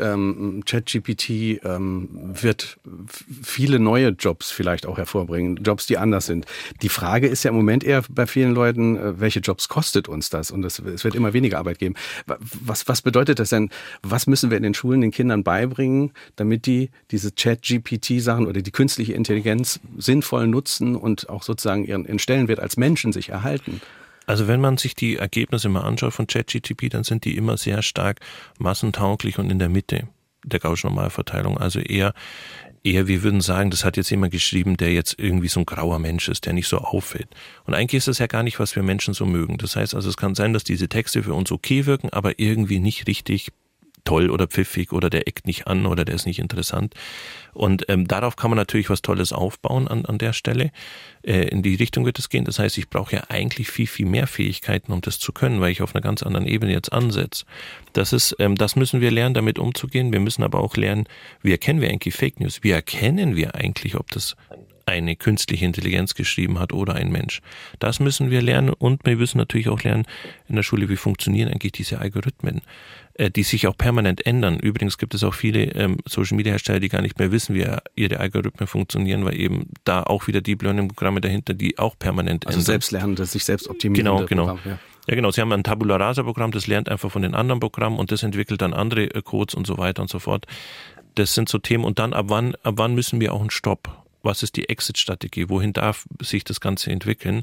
ChatGPT wird viele neue Jobs vielleicht auch hervorbringen, Jobs, die anders sind. Die Frage ist ja im Moment eher bei vielen Leuten, welche Jobs kostet uns das? Und es wird immer weniger Arbeit geben. Was bedeutet das denn? Was müssen wir in den Schulen den Kindern beibringen, damit die diese ChatGPT-Sachen oder die künstliche Intelligenz sinnvoll nutzen und auch sozusagen ihren Stellenwert als Menschen sich erhalten? Also wenn man sich die Ergebnisse mal anschaut von ChatGPT, dann sind die immer sehr stark massentauglich und in der Mitte der Gaußschen Normalverteilung. Also eher, wir würden sagen, das hat jetzt jemand geschrieben, der jetzt irgendwie so ein grauer Mensch ist, der nicht so auffällt. Und eigentlich ist das ja gar nicht, was wir Menschen so mögen. Das heißt also, es kann sein, dass diese Texte für uns okay wirken, aber irgendwie nicht richtig toll oder pfiffig oder der eckt nicht an oder der ist nicht interessant. Und darauf kann man natürlich was Tolles aufbauen an der Stelle. In die Richtung wird es gehen. Das heißt, ich brauche ja eigentlich viel, viel mehr Fähigkeiten, um das zu können, weil ich auf einer ganz anderen Ebene jetzt ansetze. Das müssen wir lernen, damit umzugehen. Wir müssen aber auch lernen, wie erkennen wir eigentlich Fake News? Wie erkennen wir eigentlich, ob das eine künstliche Intelligenz geschrieben hat oder ein Mensch? Das müssen wir lernen und wir müssen natürlich auch lernen in der Schule, wie funktionieren eigentlich diese Algorithmen, die sich auch permanent ändern. Übrigens gibt es auch viele Social-Media-Hersteller, die gar nicht mehr wissen, wie ihre Algorithmen funktionieren, weil eben da auch wieder Deep Learning-Programme dahinter, die auch permanent ändern. Also selbstlernende, sich selbst optimierende Programm, ja. Ja, genau. Sie haben ein Tabula Rasa-Programm, das lernt einfach von den anderen Programmen und das entwickelt dann andere Codes und so weiter und so fort. Das sind so Themen. Und dann, ab wann müssen wir auch einen Stopp? Was ist die Exit-Strategie? Wohin darf sich das Ganze entwickeln?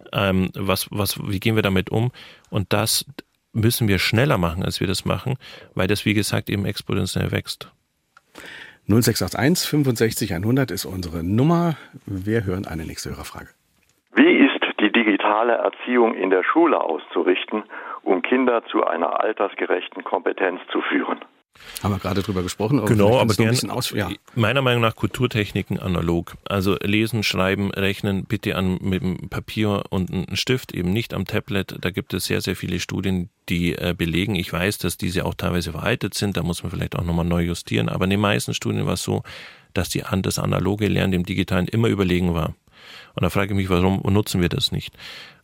Wie gehen wir damit um? Und das müssen wir schneller machen, als wir das machen, weil das, wie gesagt, eben exponentiell wächst. 0681 65 100 ist unsere Nummer. Wir hören eine nächste Hörerfrage. Wie ist die digitale Erziehung in der Schule auszurichten, um Kinder zu einer altersgerechten Kompetenz zu führen? Haben wir gerade drüber gesprochen. Genau, aber meiner Meinung nach Kulturtechniken analog. Also lesen, schreiben, rechnen bitte mit dem Papier und einem Stift, eben nicht am Tablet. Da gibt es sehr, sehr viele Studien, die belegen. Ich weiß, dass diese auch teilweise veraltet sind. Da muss man vielleicht auch nochmal neu justieren. Aber in den meisten Studien war es so, dass das analoge Lernen dem Digitalen immer überlegen war. Und da frage ich mich, warum nutzen wir das nicht?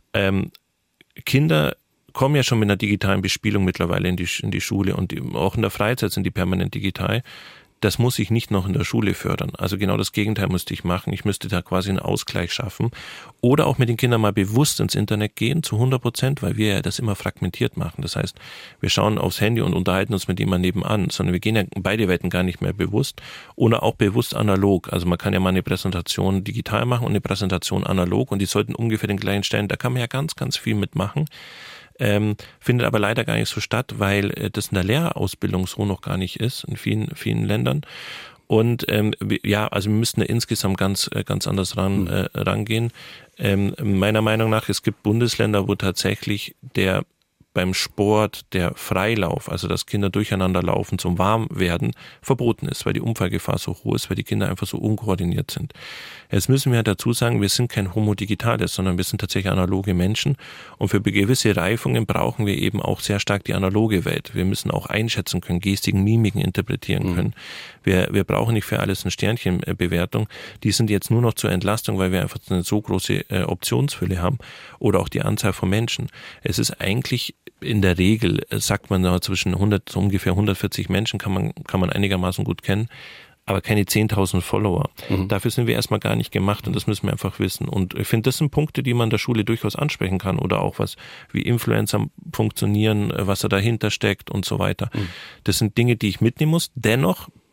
Kinder kommen ja schon mit einer digitalen Bespielung mittlerweile in die Schule und auch in der Freizeit sind die permanent digital. Das muss ich nicht noch in der Schule fördern. Also genau das Gegenteil müsste ich machen. Ich müsste da quasi einen Ausgleich schaffen. Oder auch mit den Kindern mal bewusst ins Internet gehen, zu 100%, weil wir ja das immer fragmentiert machen. Das heißt, wir schauen aufs Handy und unterhalten uns mit jemandem nebenan, sondern wir gehen ja beide Welten gar nicht mehr bewusst. Oder auch bewusst analog. Also man kann ja mal eine Präsentation digital machen und eine Präsentation analog und die sollten ungefähr den gleichen stellen. Da kann man ja ganz, ganz viel mitmachen. Findet aber leider gar nicht so statt, weil das in der Lehrerausbildung so noch gar nicht ist in vielen Ländern. Und also wir müssten da insgesamt ganz anders rangehen. Meiner Meinung nach, es gibt Bundesländer, wo tatsächlich beim Sport der Freilauf, also dass Kinder durcheinander laufen zum Warmwerden, verboten ist, weil die Unfallgefahr so hoch ist, weil die Kinder einfach so unkoordiniert sind. Jetzt müssen wir dazu sagen, wir sind kein Homo Digitalis, sondern wir sind tatsächlich analoge Menschen und für gewisse Reifungen brauchen wir eben auch sehr stark die analoge Welt. Wir müssen auch einschätzen können, Gestiken, Mimiken interpretieren können. Wir brauchen nicht für alles eine Sternchenbewertung. Die sind jetzt nur noch zur Entlastung, weil wir einfach eine so große Optionsfülle haben oder auch die Anzahl von Menschen. Es ist eigentlich in der Regel, sagt man, zwischen ungefähr 140 Menschen kann man einigermaßen gut kennen, aber keine 10.000 Follower. Dafür sind wir erstmal gar nicht gemacht und das müssen wir einfach wissen. Und ich finde, das sind Punkte, die man in der Schule durchaus ansprechen kann oder auch wie Influencer funktionieren, was da dahinter steckt und so weiter. Das sind Dinge, die ich mitnehmen muss. Dennoch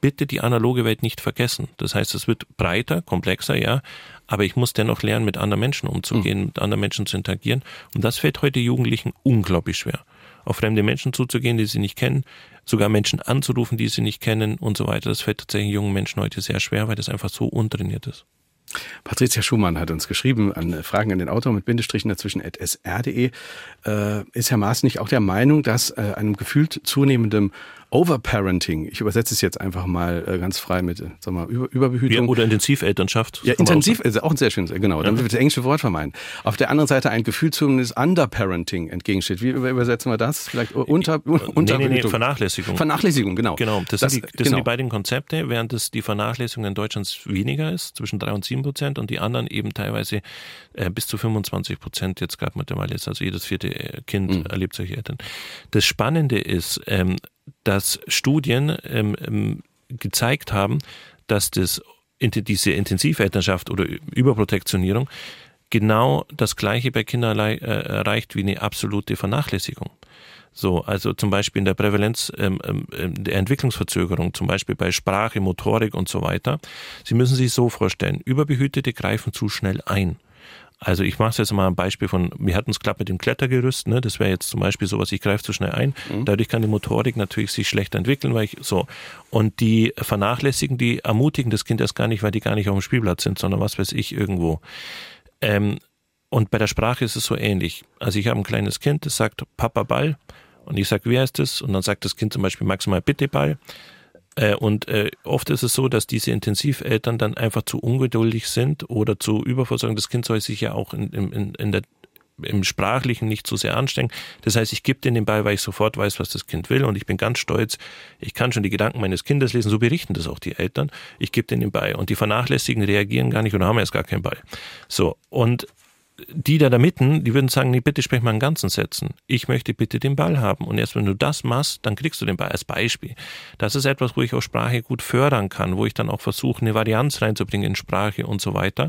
bitte die analoge Welt nicht vergessen. Das heißt, es wird breiter, komplexer, ja, aber ich muss dennoch lernen, mit anderen Menschen umzugehen, mit anderen Menschen zu interagieren. Und das fällt heute Jugendlichen unglaublich schwer. Auf fremde Menschen zuzugehen, die sie nicht kennen, sogar Menschen anzurufen, die sie nicht kennen und so weiter. Das fällt tatsächlich jungen Menschen heute sehr schwer, weil das einfach so untrainiert ist. Patricia Schumann hat uns geschrieben an Fragen an den Autor mit Bindestrichen dazwischen @sr.de. Ist Herr Maaß nicht auch der Meinung, dass einem gefühlt zunehmendem Overparenting, ich übersetze es jetzt einfach mal ganz frei mit, Überbehütung. Ja, oder Intensivelternschaft. Ja, intensiv ist auch ein sehr schönes, genau, damit wir das englische Wort vermeiden. Auf der anderen Seite ein Gefühl zumindest Underparenting entgegensteht. Wie übersetzen wir das? Vielleicht Unterbehütung? Vernachlässigung. Vernachlässigung, genau. Genau, das sind die beiden Konzepte, während es die Vernachlässigung in Deutschland weniger ist, zwischen 3 und 7%, und die anderen eben teilweise bis zu 25% jetzt gerade mittlerweile ist. Also jedes 4. Kind erlebt solche Eltern. Das Spannende ist, dass Studien gezeigt haben, dass diese Intensivelternschaft oder Überprotektionierung genau das Gleiche bei Kindern erreicht wie eine absolute Vernachlässigung. So, also zum Beispiel in der Prävalenz der Entwicklungsverzögerung, zum Beispiel bei Sprache, Motorik und so weiter. Sie müssen sich so vorstellen, Überbehütete greifen zu schnell ein. Also ich mache jetzt mal ein Beispiel von, wir hatten es gerade mit dem Klettergerüst, ne? Das wäre jetzt zum Beispiel sowas, ich greife zu schnell ein. Dadurch kann die Motorik natürlich sich schlecht entwickeln, Und die vernachlässigen, die ermutigen das Kind erst gar nicht, weil die gar nicht auf dem Spielplatz sind, sondern was weiß ich, irgendwo. Und bei der Sprache ist es so ähnlich. Also ich habe ein kleines Kind, das sagt Papa Ball, und ich sage, wie heißt das? Und dann sagt das Kind zum Beispiel maximal bitte Ball. Und oft ist es so, dass diese Intensiveltern dann einfach zu ungeduldig sind oder zu überversorgen. Das Kind soll sich ja auch im Sprachlichen nicht zu sehr anstrengen. Das heißt, ich gebe denen den Ball, weil ich sofort weiß, was das Kind will, und ich bin ganz stolz. Ich kann schon die Gedanken meines Kindes lesen, so berichten das auch die Eltern. Ich gebe denen den Ball, und die Vernachlässigen reagieren gar nicht oder haben erst gar keinen Ball. So, und die da mitten, die würden sagen, nee, bitte sprech mal in ganzen Sätzen. Ich möchte bitte den Ball haben. Und erst wenn du das machst, dann kriegst du den Ball als Beispiel. Das ist etwas, wo ich auch Sprache gut fördern kann, wo ich dann auch versuche, eine Varianz reinzubringen in Sprache und so weiter.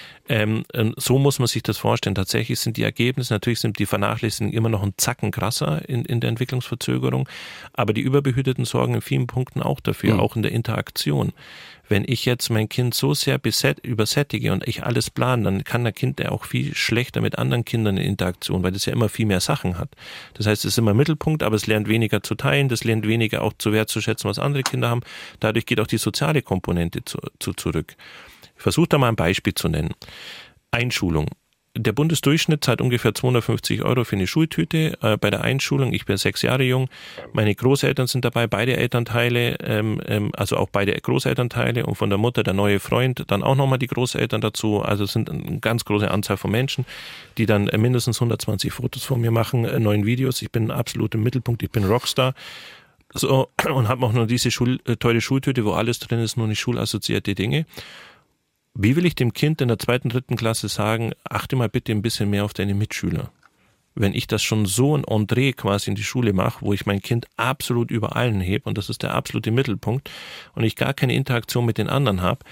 So muss man sich das vorstellen. Tatsächlich sind die Ergebnisse, natürlich sind die Vernachlässigungen immer noch ein Zacken krasser in der Entwicklungsverzögerung, aber die Überbehüteten sorgen in vielen Punkten auch dafür, auch in der Interaktion. Wenn ich jetzt mein Kind so sehr übersättige und ich alles plane, dann kann der Kind ja auch viel schlechter mit anderen Kindern in Interaktion, weil das ja immer viel mehr Sachen hat. Das heißt, es ist immer Mittelpunkt, aber es lernt weniger zu teilen, das lernt weniger auch zu wertzuschätzen, was andere Kinder haben. Dadurch geht auch die soziale Komponente zurück. Ich versuche da mal ein Beispiel zu nennen. Einschulung. Der Bundesdurchschnitt zahlt ungefähr 250 € für eine Schultüte bei der Einschulung. Ich bin 6 Jahre jung. Meine Großeltern sind dabei, beide Elternteile, also auch beide Großelternteile, und von der Mutter der neue Freund, dann auch nochmal die Großeltern dazu. Also es sind eine ganz große Anzahl von Menschen, die dann mindestens 120 Fotos von mir machen, 9 Videos. Ich bin absolut im Mittelpunkt, ich bin Rockstar. So, und habe auch nur diese teure Schultüte, wo alles drin ist, nur nicht schulassoziierte Dinge. Wie will ich dem Kind in der 2., 3. Klasse sagen, achte mal bitte ein bisschen mehr auf deine Mitschüler? Wenn ich das schon so ein Entree quasi in die Schule mache, wo ich mein Kind absolut über allen hebe, und das ist der absolute Mittelpunkt, und ich gar keine Interaktion mit den anderen habe,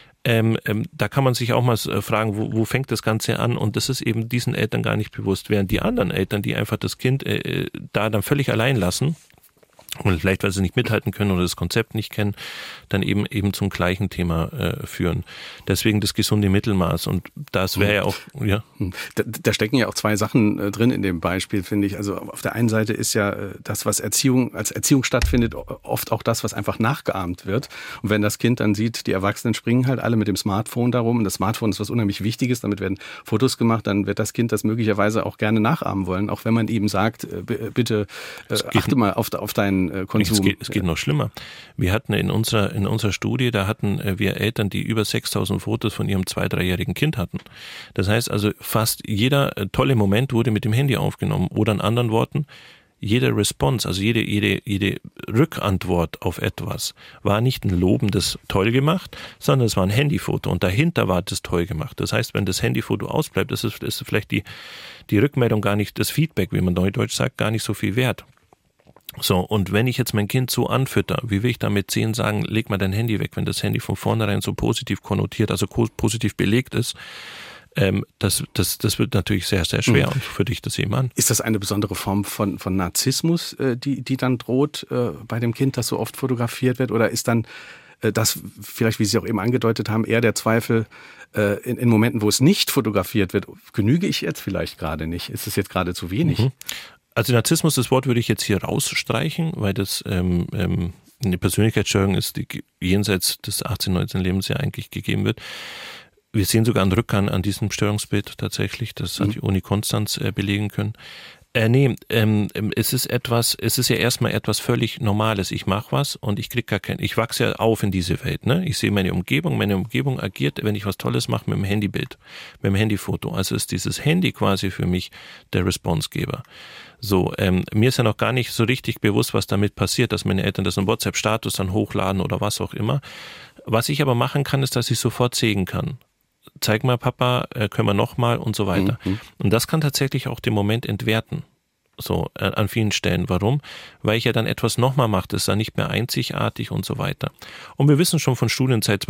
da kann man sich auch mal fragen, wo fängt das Ganze an? Und das ist eben diesen Eltern gar nicht bewusst, während die anderen Eltern, die einfach das Kind da dann völlig allein lassen, und vielleicht, weil sie nicht mithalten können oder das Konzept nicht kennen, dann eben zum gleichen Thema führen. Deswegen das gesunde Mittelmaß. Und das wäre ja auch, ja. Da stecken ja auch 2 Sachen drin in dem Beispiel, finde ich. Also auf der einen Seite ist ja das, was als Erziehung stattfindet, oft auch das, was einfach nachgeahmt wird. Und wenn das Kind dann sieht, die Erwachsenen springen halt alle mit dem Smartphone darum, und das Smartphone ist was unheimlich Wichtiges, damit werden Fotos gemacht, dann wird das Kind das möglicherweise auch gerne nachahmen wollen, auch wenn man ihm sagt, bitte achte mal auf deinen Konsum. Es geht noch schlimmer. Wir hatten in unserer Studie, da hatten wir Eltern, die über 6.000 Fotos von ihrem 2-, 3-jährigen Kind hatten. Das heißt also, fast jeder tolle Moment wurde mit dem Handy aufgenommen. Oder in anderen Worten, jede Response, also jede Rückantwort auf etwas war nicht ein lobendes toll gemacht, sondern es war ein Handyfoto, und dahinter war das toll gemacht. Das heißt, wenn das Handyfoto ausbleibt, ist vielleicht die Rückmeldung gar nicht, das Feedback, wie man neudeutsch sagt, gar nicht so viel wert. So, und wenn ich jetzt mein Kind so anfütter, wie will ich damit 10 sagen, leg mal dein Handy weg, wenn das Handy von vornherein so positiv konnotiert, also positiv belegt ist, Das wird natürlich sehr, sehr schwer und für dich das eben an. Ist das eine besondere Form von Narzissmus, die dann droht bei dem Kind, das so oft fotografiert wird? Oder ist dann das vielleicht, wie Sie auch eben angedeutet haben, eher der Zweifel in Momenten, wo es nicht fotografiert wird, genüge ich jetzt vielleicht gerade nicht? Ist es jetzt gerade zu wenig? Also Narzissmus, das Wort würde ich jetzt hier rausstreichen, weil das eine Persönlichkeitsstörung ist, die jenseits des 18, 19 Lebensjahres eigentlich gegeben wird. Wir sehen sogar einen Rückgang an diesem Störungsbild tatsächlich. Das hat die Uni Konstanz belegen können. Es ist ja erstmal etwas völlig Normales. Ich mache was und ich wachse ja auf in diese Welt. Ne? Ich sehe meine Umgebung agiert, wenn ich was Tolles mache, mit dem Handybild, mit dem Handyfoto. Also ist dieses Handy quasi für mich der Responsegeber. So, mir ist ja noch gar nicht so richtig bewusst, was damit passiert, dass meine Eltern das in WhatsApp-Status dann hochladen oder was auch immer. Was ich aber machen kann, ist, dass ich sofort sägen kann. Zeig mal, Papa, können wir nochmal und so weiter. Und das kann tatsächlich auch den Moment entwerten. So, an vielen Stellen. Warum? Weil ich ja dann etwas nochmal mache, das ist dann nicht mehr einzigartig und so weiter. Und wir wissen schon von Studien seit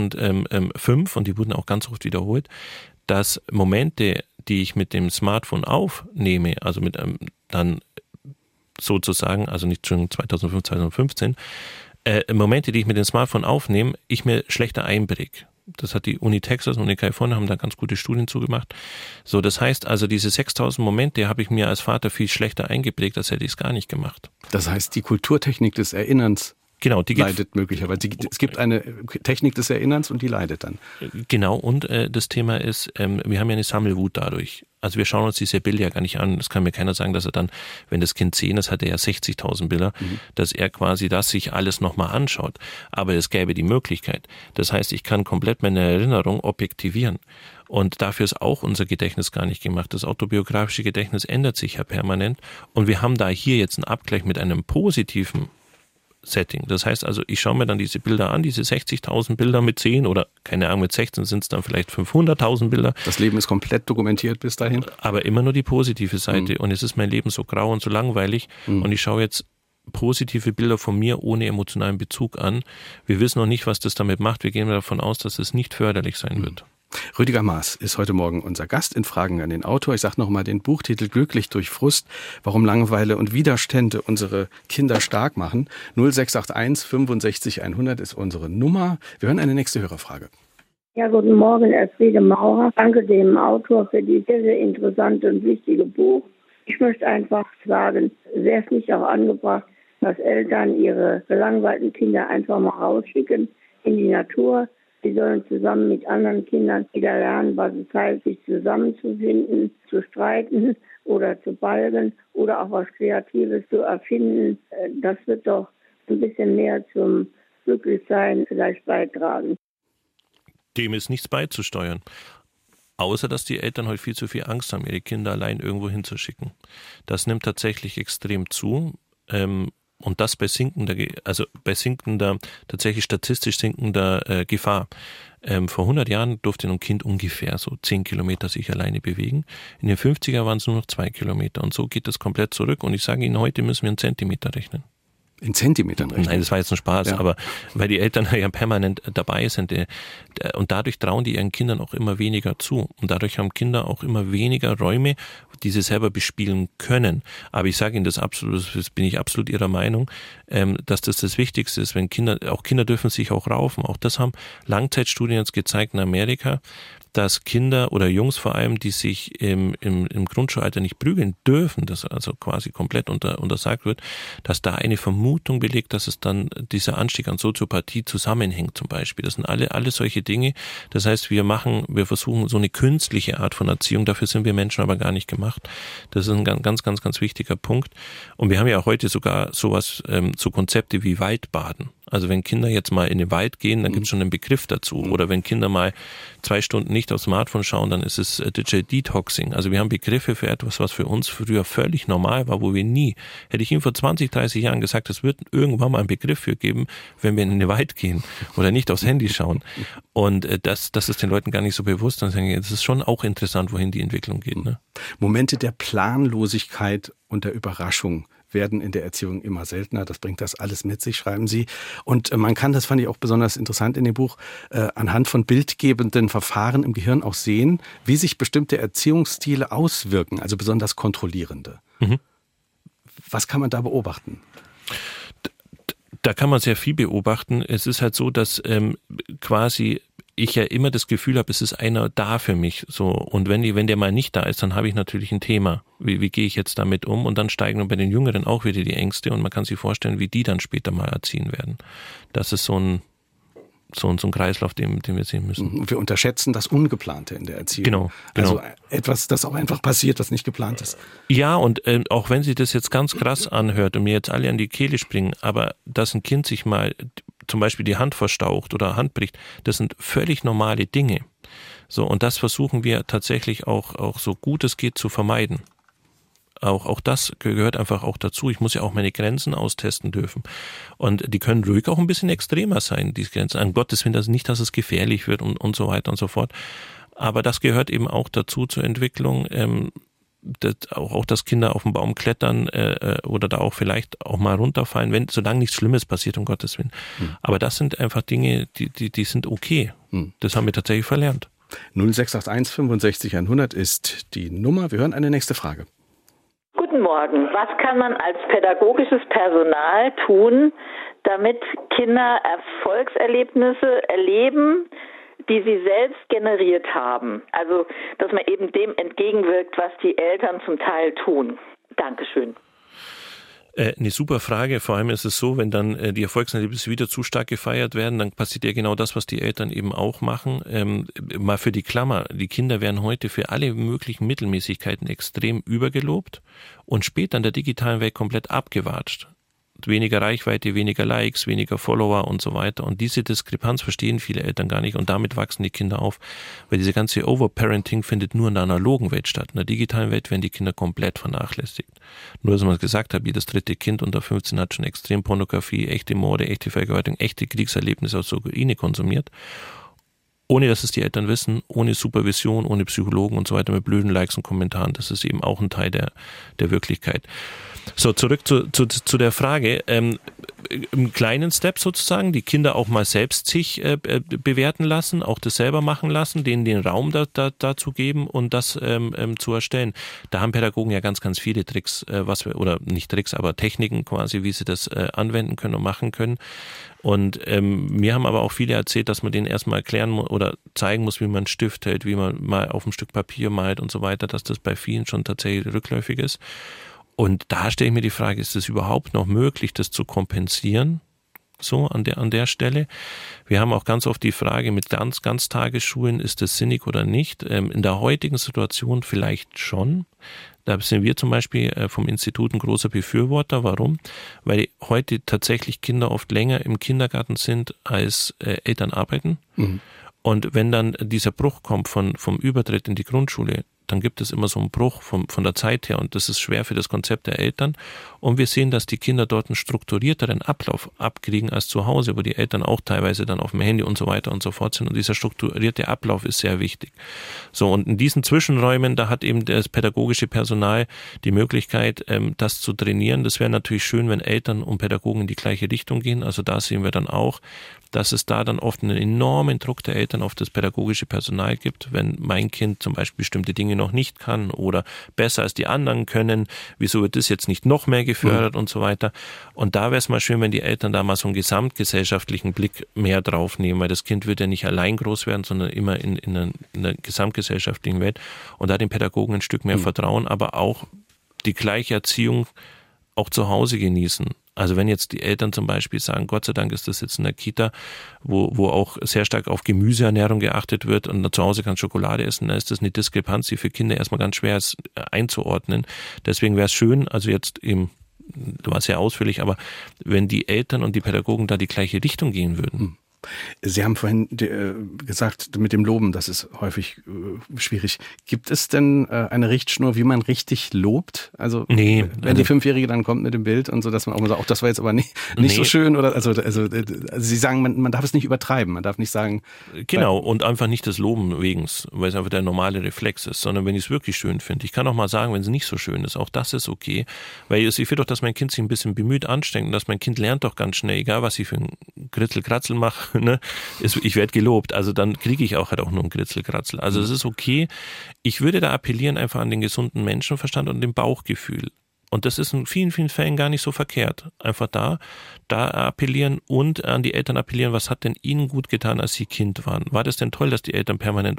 2005, und die wurden auch ganz oft wiederholt, dass Momente, die ich mit dem Smartphone aufnehme, also mit dann sozusagen, also nicht schon 2005, 2015, Momente, die ich mit dem Smartphone aufnehme, ich mir schlechter einpräge. Das hat die Uni Texas und Uni Kalifornien haben da ganz gute Studien zugemacht. So, das heißt also, diese 6000 Momente habe ich mir als Vater viel schlechter eingeprägt, als hätte ich es gar nicht gemacht. Das heißt, die Kulturtechnik des Erinnerns leidet möglicherweise. Es gibt eine Technik des Erinnerns und die leidet dann. Genau, und das Thema ist, wir haben ja eine Sammelwut dadurch. Also wir schauen uns diese Bilder ja gar nicht an. Es kann mir keiner sagen, dass er dann, wenn das Kind 10 ist, hat er ja 60.000 Bilder, dass er quasi das sich alles nochmal anschaut. Aber es gäbe die Möglichkeit. Das heißt, ich kann komplett meine Erinnerung objektivieren. Und dafür ist auch unser Gedächtnis gar nicht gemacht. Das autobiografische Gedächtnis ändert sich ja permanent. Und wir haben da hier jetzt einen Abgleich mit einem positiven Setting. Das heißt also, ich schaue mir dann diese Bilder an, diese 60.000 Bilder mit 10 oder keine Ahnung, mit 16 sind es dann vielleicht 500.000 Bilder. Das Leben ist komplett dokumentiert bis dahin. Aber immer nur die positive Seite. Und es ist mein Leben so grau und so langweilig. Und ich schaue jetzt positive Bilder von mir ohne emotionalen Bezug an. Wir wissen noch nicht, was das damit macht. Wir gehen davon aus, dass es nicht förderlich sein wird. Rüdiger Maaß ist heute Morgen unser Gast in Fragen an den Autor. Ich sage nochmal den Buchtitel Glücklich durch Frust, warum Langeweile und Widerstände unsere Kinder stark machen. 0681 65 100 ist unsere Nummer. Wir hören eine nächste Hörerfrage. Ja, guten Morgen, Elfriede Maurer. Danke dem Autor für dieses sehr, sehr interessante und wichtige Buch. Ich möchte einfach sagen, wäre es nicht auch angebracht, dass Eltern ihre gelangweilten Kinder einfach mal rausschicken in die Natur. Sie sollen zusammen mit anderen Kindern wieder lernen, was es heißt, sich zusammenzufinden, zu streiten oder zu balgen oder auch was Kreatives zu erfinden. Das wird doch ein bisschen mehr zum Glücklichsein vielleicht beitragen. Dem ist nichts beizusteuern. Außer, dass die Eltern heute viel zu viel Angst haben, ihre Kinder allein irgendwo hinzuschicken. Das nimmt tatsächlich extrem zu. Und das bei sinkender, tatsächlich statistisch sinkender Gefahr. Vor 100 Jahren durfte ein Kind ungefähr so 10 Kilometer sich alleine bewegen. In den 50er waren es nur noch 2 Kilometer. Und so geht das komplett zurück. Und ich sage Ihnen, heute müssen wir in Zentimeter rechnen. In Zentimetern rechnen? Nein, das war jetzt ein Spaß, ja. Aber weil die Eltern ja permanent dabei sind und dadurch trauen die ihren Kindern auch immer weniger zu und dadurch haben Kinder auch immer weniger Räume, die sie selber bespielen können. Aber ich sage Ihnen das bin ich absolut Ihrer Meinung, dass das Wichtigste ist, wenn Kinder dürfen sich auch raufen. Auch das haben Langzeitstudien jetzt gezeigt in Amerika, dass Kinder oder Jungs vor allem, die sich im Grundschulalter nicht prügeln dürfen, das also quasi komplett untersagt wird, dass da eine Vermutung belegt, dass es dann dieser Anstieg an Soziopathie zusammenhängt zum Beispiel. Das sind alle solche Dinge. Das heißt, wir versuchen so eine künstliche Art von Erziehung, dafür sind wir Menschen aber gar nicht gemacht. Das ist ein ganz, ganz, ganz wichtiger Punkt. Und wir haben ja heute sogar sowas, so Konzepte wie Waldbaden. Also wenn Kinder jetzt mal in den Wald gehen, dann gibt es schon einen Begriff dazu. Oder wenn Kinder mal 2 Stunden nicht aufs Smartphone schauen, dann ist es Digital Detoxing. Also wir haben Begriffe für etwas, was für uns früher völlig normal war, wo wir nie, hätte ich Ihnen vor 20, 30 Jahren gesagt, es wird irgendwann mal einen Begriff für geben, wenn wir in den Wald gehen oder nicht aufs Handy schauen. Und das ist den Leuten gar nicht so bewusst. Dann sagen, es ist schon auch interessant, wohin die Entwicklung geht. Ne? Momente der Planlosigkeit und der Überraschung werden in der Erziehung immer seltener. Das bringt das alles mit sich, schreiben Sie. Und man kann, das fand ich auch besonders interessant in dem Buch, anhand von bildgebenden Verfahren im Gehirn auch sehen, wie sich bestimmte Erziehungsstile auswirken, also besonders kontrollierende. Mhm. Was kann man da beobachten? Da kann man sehr viel beobachten. Es ist halt so, dass quasi ich ja immer das Gefühl habe, es ist einer da für mich. So, und wenn der mal nicht da ist, dann habe ich natürlich ein Thema. Wie gehe ich jetzt damit um? Und dann steigen bei den Jüngeren auch wieder die Ängste und man kann sich vorstellen, wie die dann später mal erziehen werden. Das ist so ein Kreislauf, den wir sehen müssen. Wir unterschätzen das Ungeplante in der Erziehung. Genau. Also etwas, das auch einfach passiert, was nicht geplant ist. Ja, und auch wenn sich das jetzt ganz krass anhört und mir jetzt alle an die Kehle springen, aber dass ein Kind sich mal zum Beispiel die Hand verstaucht oder Hand bricht, das sind völlig normale Dinge. So, und das versuchen wir tatsächlich auch so gut es geht zu vermeiden. Auch das gehört einfach auch dazu. Ich muss ja auch meine Grenzen austesten dürfen. Und die können ruhig auch ein bisschen extremer sein, diese Grenzen. An Gottes Willen, nicht, dass es gefährlich wird und so weiter und so fort. Aber das gehört eben auch dazu zur Entwicklung, dass Kinder auf den Baum klettern oder da auch vielleicht auch mal runterfallen, solange nichts Schlimmes passiert, um Gottes Willen. Aber das sind einfach Dinge, die sind okay. Das haben wir tatsächlich verlernt. 0681 65 100 ist die Nummer. Wir hören eine nächste Frage. Guten Morgen. Was kann man als pädagogisches Personal tun, damit Kinder Erfolgserlebnisse erleben, die sie selbst generiert haben? Also, dass man eben dem entgegenwirkt, was die Eltern zum Teil tun. Dankeschön. Eine super Frage. Vor allem ist es so, wenn dann die Erfolgserlebnisse wieder zu stark gefeiert werden, dann passiert ja genau das, was die Eltern eben auch machen. Mal für die Klammer, die Kinder werden heute für alle möglichen Mittelmäßigkeiten extrem übergelobt und später in der digitalen Welt komplett abgewatscht. Weniger Reichweite, weniger Likes, weniger Follower und so weiter. Und diese Diskrepanz verstehen viele Eltern gar nicht und damit wachsen die Kinder auf. Weil diese ganze Overparenting findet nur in der analogen Welt statt. In der digitalen Welt werden die Kinder komplett vernachlässigt. Nur, dass man gesagt hat, jedes dritte Kind unter 15 hat schon extrem Pornografie, echte Morde, echte Vergewaltigung, echte Kriegserlebnisse aus der Ukraine konsumiert. Ohne dass es die Eltern wissen, ohne Supervision, ohne Psychologen und so weiter, mit blöden Likes und Kommentaren. Das ist eben auch ein Teil der Wirklichkeit. So, zurück zu der Frage. Im kleinen Step sozusagen, die Kinder auch mal selbst sich bewerten lassen, auch das selber machen lassen, denen den Raum dazu geben und das zu erstellen. Da haben Pädagogen ja ganz, ganz viele Tricks, oder nicht Tricks, aber Techniken quasi, wie sie das anwenden können und machen können. Und mir haben aber auch viele erzählt, dass man denen erstmal erklären muss oder zeigen muss, wie man einen Stift hält, wie man mal auf ein Stück Papier malt und so weiter, dass das bei vielen schon tatsächlich rückläufig ist. Und da stelle ich mir die Frage, ist es überhaupt noch möglich, das zu kompensieren? So an der Stelle. Wir haben auch ganz oft die Frage mit Ganztagesschulen, ist das sinnig oder nicht? In der heutigen Situation vielleicht schon. Da sind wir zum Beispiel vom Institut ein großer Befürworter. Warum? Weil heute tatsächlich Kinder oft länger im Kindergarten sind, als Eltern arbeiten. Mhm. Und wenn dann dieser Bruch kommt vom Übertritt in die Grundschule, dann gibt es immer so einen Bruch von der Zeit her und das ist schwer für das Konzept der Eltern. Und wir sehen, dass die Kinder dort einen strukturierteren Ablauf abkriegen als zu Hause, wo die Eltern auch teilweise dann auf dem Handy und so weiter und so fort sind. Und dieser strukturierte Ablauf ist sehr wichtig. So, und in diesen Zwischenräumen, da hat eben das pädagogische Personal die Möglichkeit, das zu trainieren. Das wäre natürlich schön, wenn Eltern und Pädagogen in die gleiche Richtung gehen. Also da sehen wir dann auch, dass es da dann oft einen enormen Druck der Eltern auf das pädagogische Personal gibt, wenn mein Kind zum Beispiel bestimmte Dinge noch nicht kann oder besser als die anderen können, wieso wird das jetzt nicht noch mehr gefördert und so weiter. Und da wäre es mal schön, wenn die Eltern da mal so einen gesamtgesellschaftlichen Blick mehr drauf nehmen, weil das Kind wird ja nicht allein groß werden, sondern immer in einer gesamtgesellschaftlichen Welt und da den Pädagogen ein Stück mehr vertrauen, aber auch die gleiche Erziehung auch zu Hause genießen. Also wenn jetzt die Eltern zum Beispiel sagen, Gott sei Dank ist das jetzt in der Kita, wo auch sehr stark auf Gemüseernährung geachtet wird und zu Hause kann Schokolade essen, dann ist das eine Diskrepanz, die für Kinder erstmal ganz schwer ist einzuordnen. Deswegen wäre es schön, also jetzt eben, du warst ja ausführlich, aber wenn die Eltern und die Pädagogen da die gleiche Richtung gehen würden, Sie haben vorhin gesagt, mit dem Loben, das ist häufig schwierig. Gibt es denn eine Richtschnur, wie man richtig lobt? Also wenn die 5-Jährige dann kommt mit dem Bild und so, dass man auch mal sagt, das war jetzt aber nicht so schön, oder also Sie sagen, man darf es nicht übertreiben, man darf nicht sagen. Genau, und einfach nicht das Loben wegen, weil es einfach der normale Reflex ist, sondern wenn ich es wirklich schön finde. Ich kann auch mal sagen, wenn es nicht so schön ist, auch das ist okay, weil ich will doch, dass mein Kind sich ein bisschen bemüht anstrengt und dass mein Kind lernt doch ganz schnell, egal was ich für ein Kritzel-Kratzel mache, ne? Ich werde gelobt, also dann kriege ich auch halt auch nur ein Kritzel-Kratzel. Also es ist okay. Ich würde da appellieren einfach an den gesunden Menschenverstand und dem Bauchgefühl. Und das ist in vielen, vielen Fällen gar nicht so verkehrt. Einfach da appellieren und an die Eltern appellieren, was hat denn ihnen gut getan, als sie Kind waren? War das denn toll, dass die Eltern permanent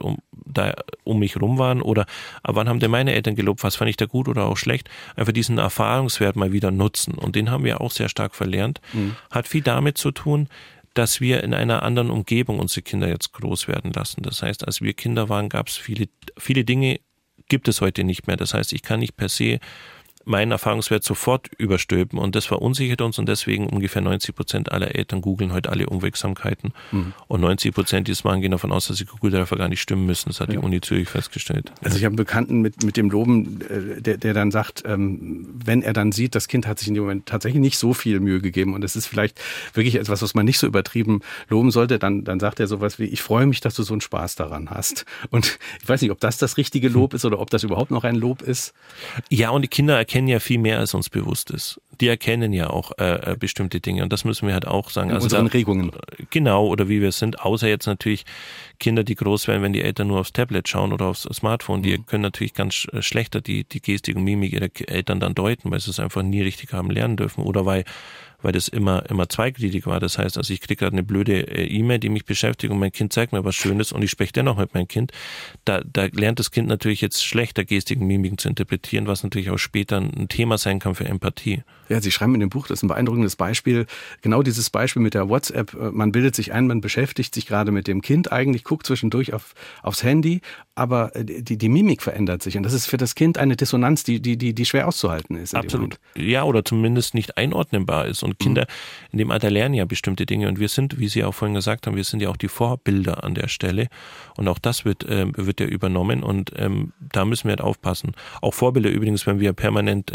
um mich rum waren? Oder wann haben denn meine Eltern gelobt? Was fand ich da gut oder auch schlecht? Einfach diesen Erfahrungswert mal wieder nutzen. Und den haben wir auch sehr stark verlernt. Hat viel damit zu tun, dass wir in einer anderen Umgebung unsere Kinder jetzt groß werden lassen. Das heißt, als wir Kinder waren, gab es viele Dinge, gibt es heute nicht mehr. Das heißt, ich kann nicht per se meinen Erfahrungswert sofort überstülpen und das verunsichert uns und deswegen ungefähr 90% aller Eltern googeln heute alle Unwegsamkeiten und 90%, die es machen, gehen davon aus, dass die Google-Treffer gar nicht stimmen müssen. Das hat die Uni Zürich festgestellt. Also ich habe einen Bekannten mit dem Loben, der dann sagt, wenn er dann sieht, das Kind hat sich in dem Moment tatsächlich nicht so viel Mühe gegeben und es ist vielleicht wirklich etwas, was man nicht so übertrieben loben sollte, dann sagt er sowas wie, ich freue mich, dass du so einen Spaß daran hast. Und ich weiß nicht, ob das richtige Lob ist oder ob das überhaupt noch ein Lob ist. Ja, und die Kinder erkennen ja viel mehr, als uns bewusst ist. Die erkennen ja auch bestimmte Dinge und das müssen wir halt auch sagen. Also unseren Regungen. Genau, oder wie wir sind, außer jetzt natürlich Kinder, die groß werden, wenn die Eltern nur aufs Tablet schauen oder aufs Smartphone, die können natürlich ganz schlechter die Gestik und Mimik ihrer Eltern dann deuten, weil sie es einfach nie richtig haben lernen dürfen oder weil das immer zweigliedrig war. Das heißt, also ich kriege gerade eine blöde E-Mail, die mich beschäftigt und mein Kind zeigt mir was Schönes und ich spreche dennoch mit meinem Kind. Da lernt das Kind natürlich jetzt schlechter Gestik und Mimiken zu interpretieren, was natürlich auch später ein Thema sein kann für Empathie. Ja, Sie schreiben in dem Buch, das ist ein beeindruckendes Beispiel, genau dieses Beispiel mit der WhatsApp. Man bildet sich ein, man beschäftigt sich gerade mit dem Kind eigentlich, guckt zwischendurch aufs Handy, aber die Mimik verändert sich und das ist für das Kind eine Dissonanz, die schwer auszuhalten ist. Absolut. Ja, oder zumindest nicht einordnenbar ist. Und Kinder in dem Alter lernen ja bestimmte Dinge und wir sind, wie Sie auch vorhin gesagt haben, wir sind ja auch die Vorbilder an der Stelle und auch das wird ja übernommen und da müssen wir halt aufpassen. Auch Vorbilder übrigens, wenn wir permanent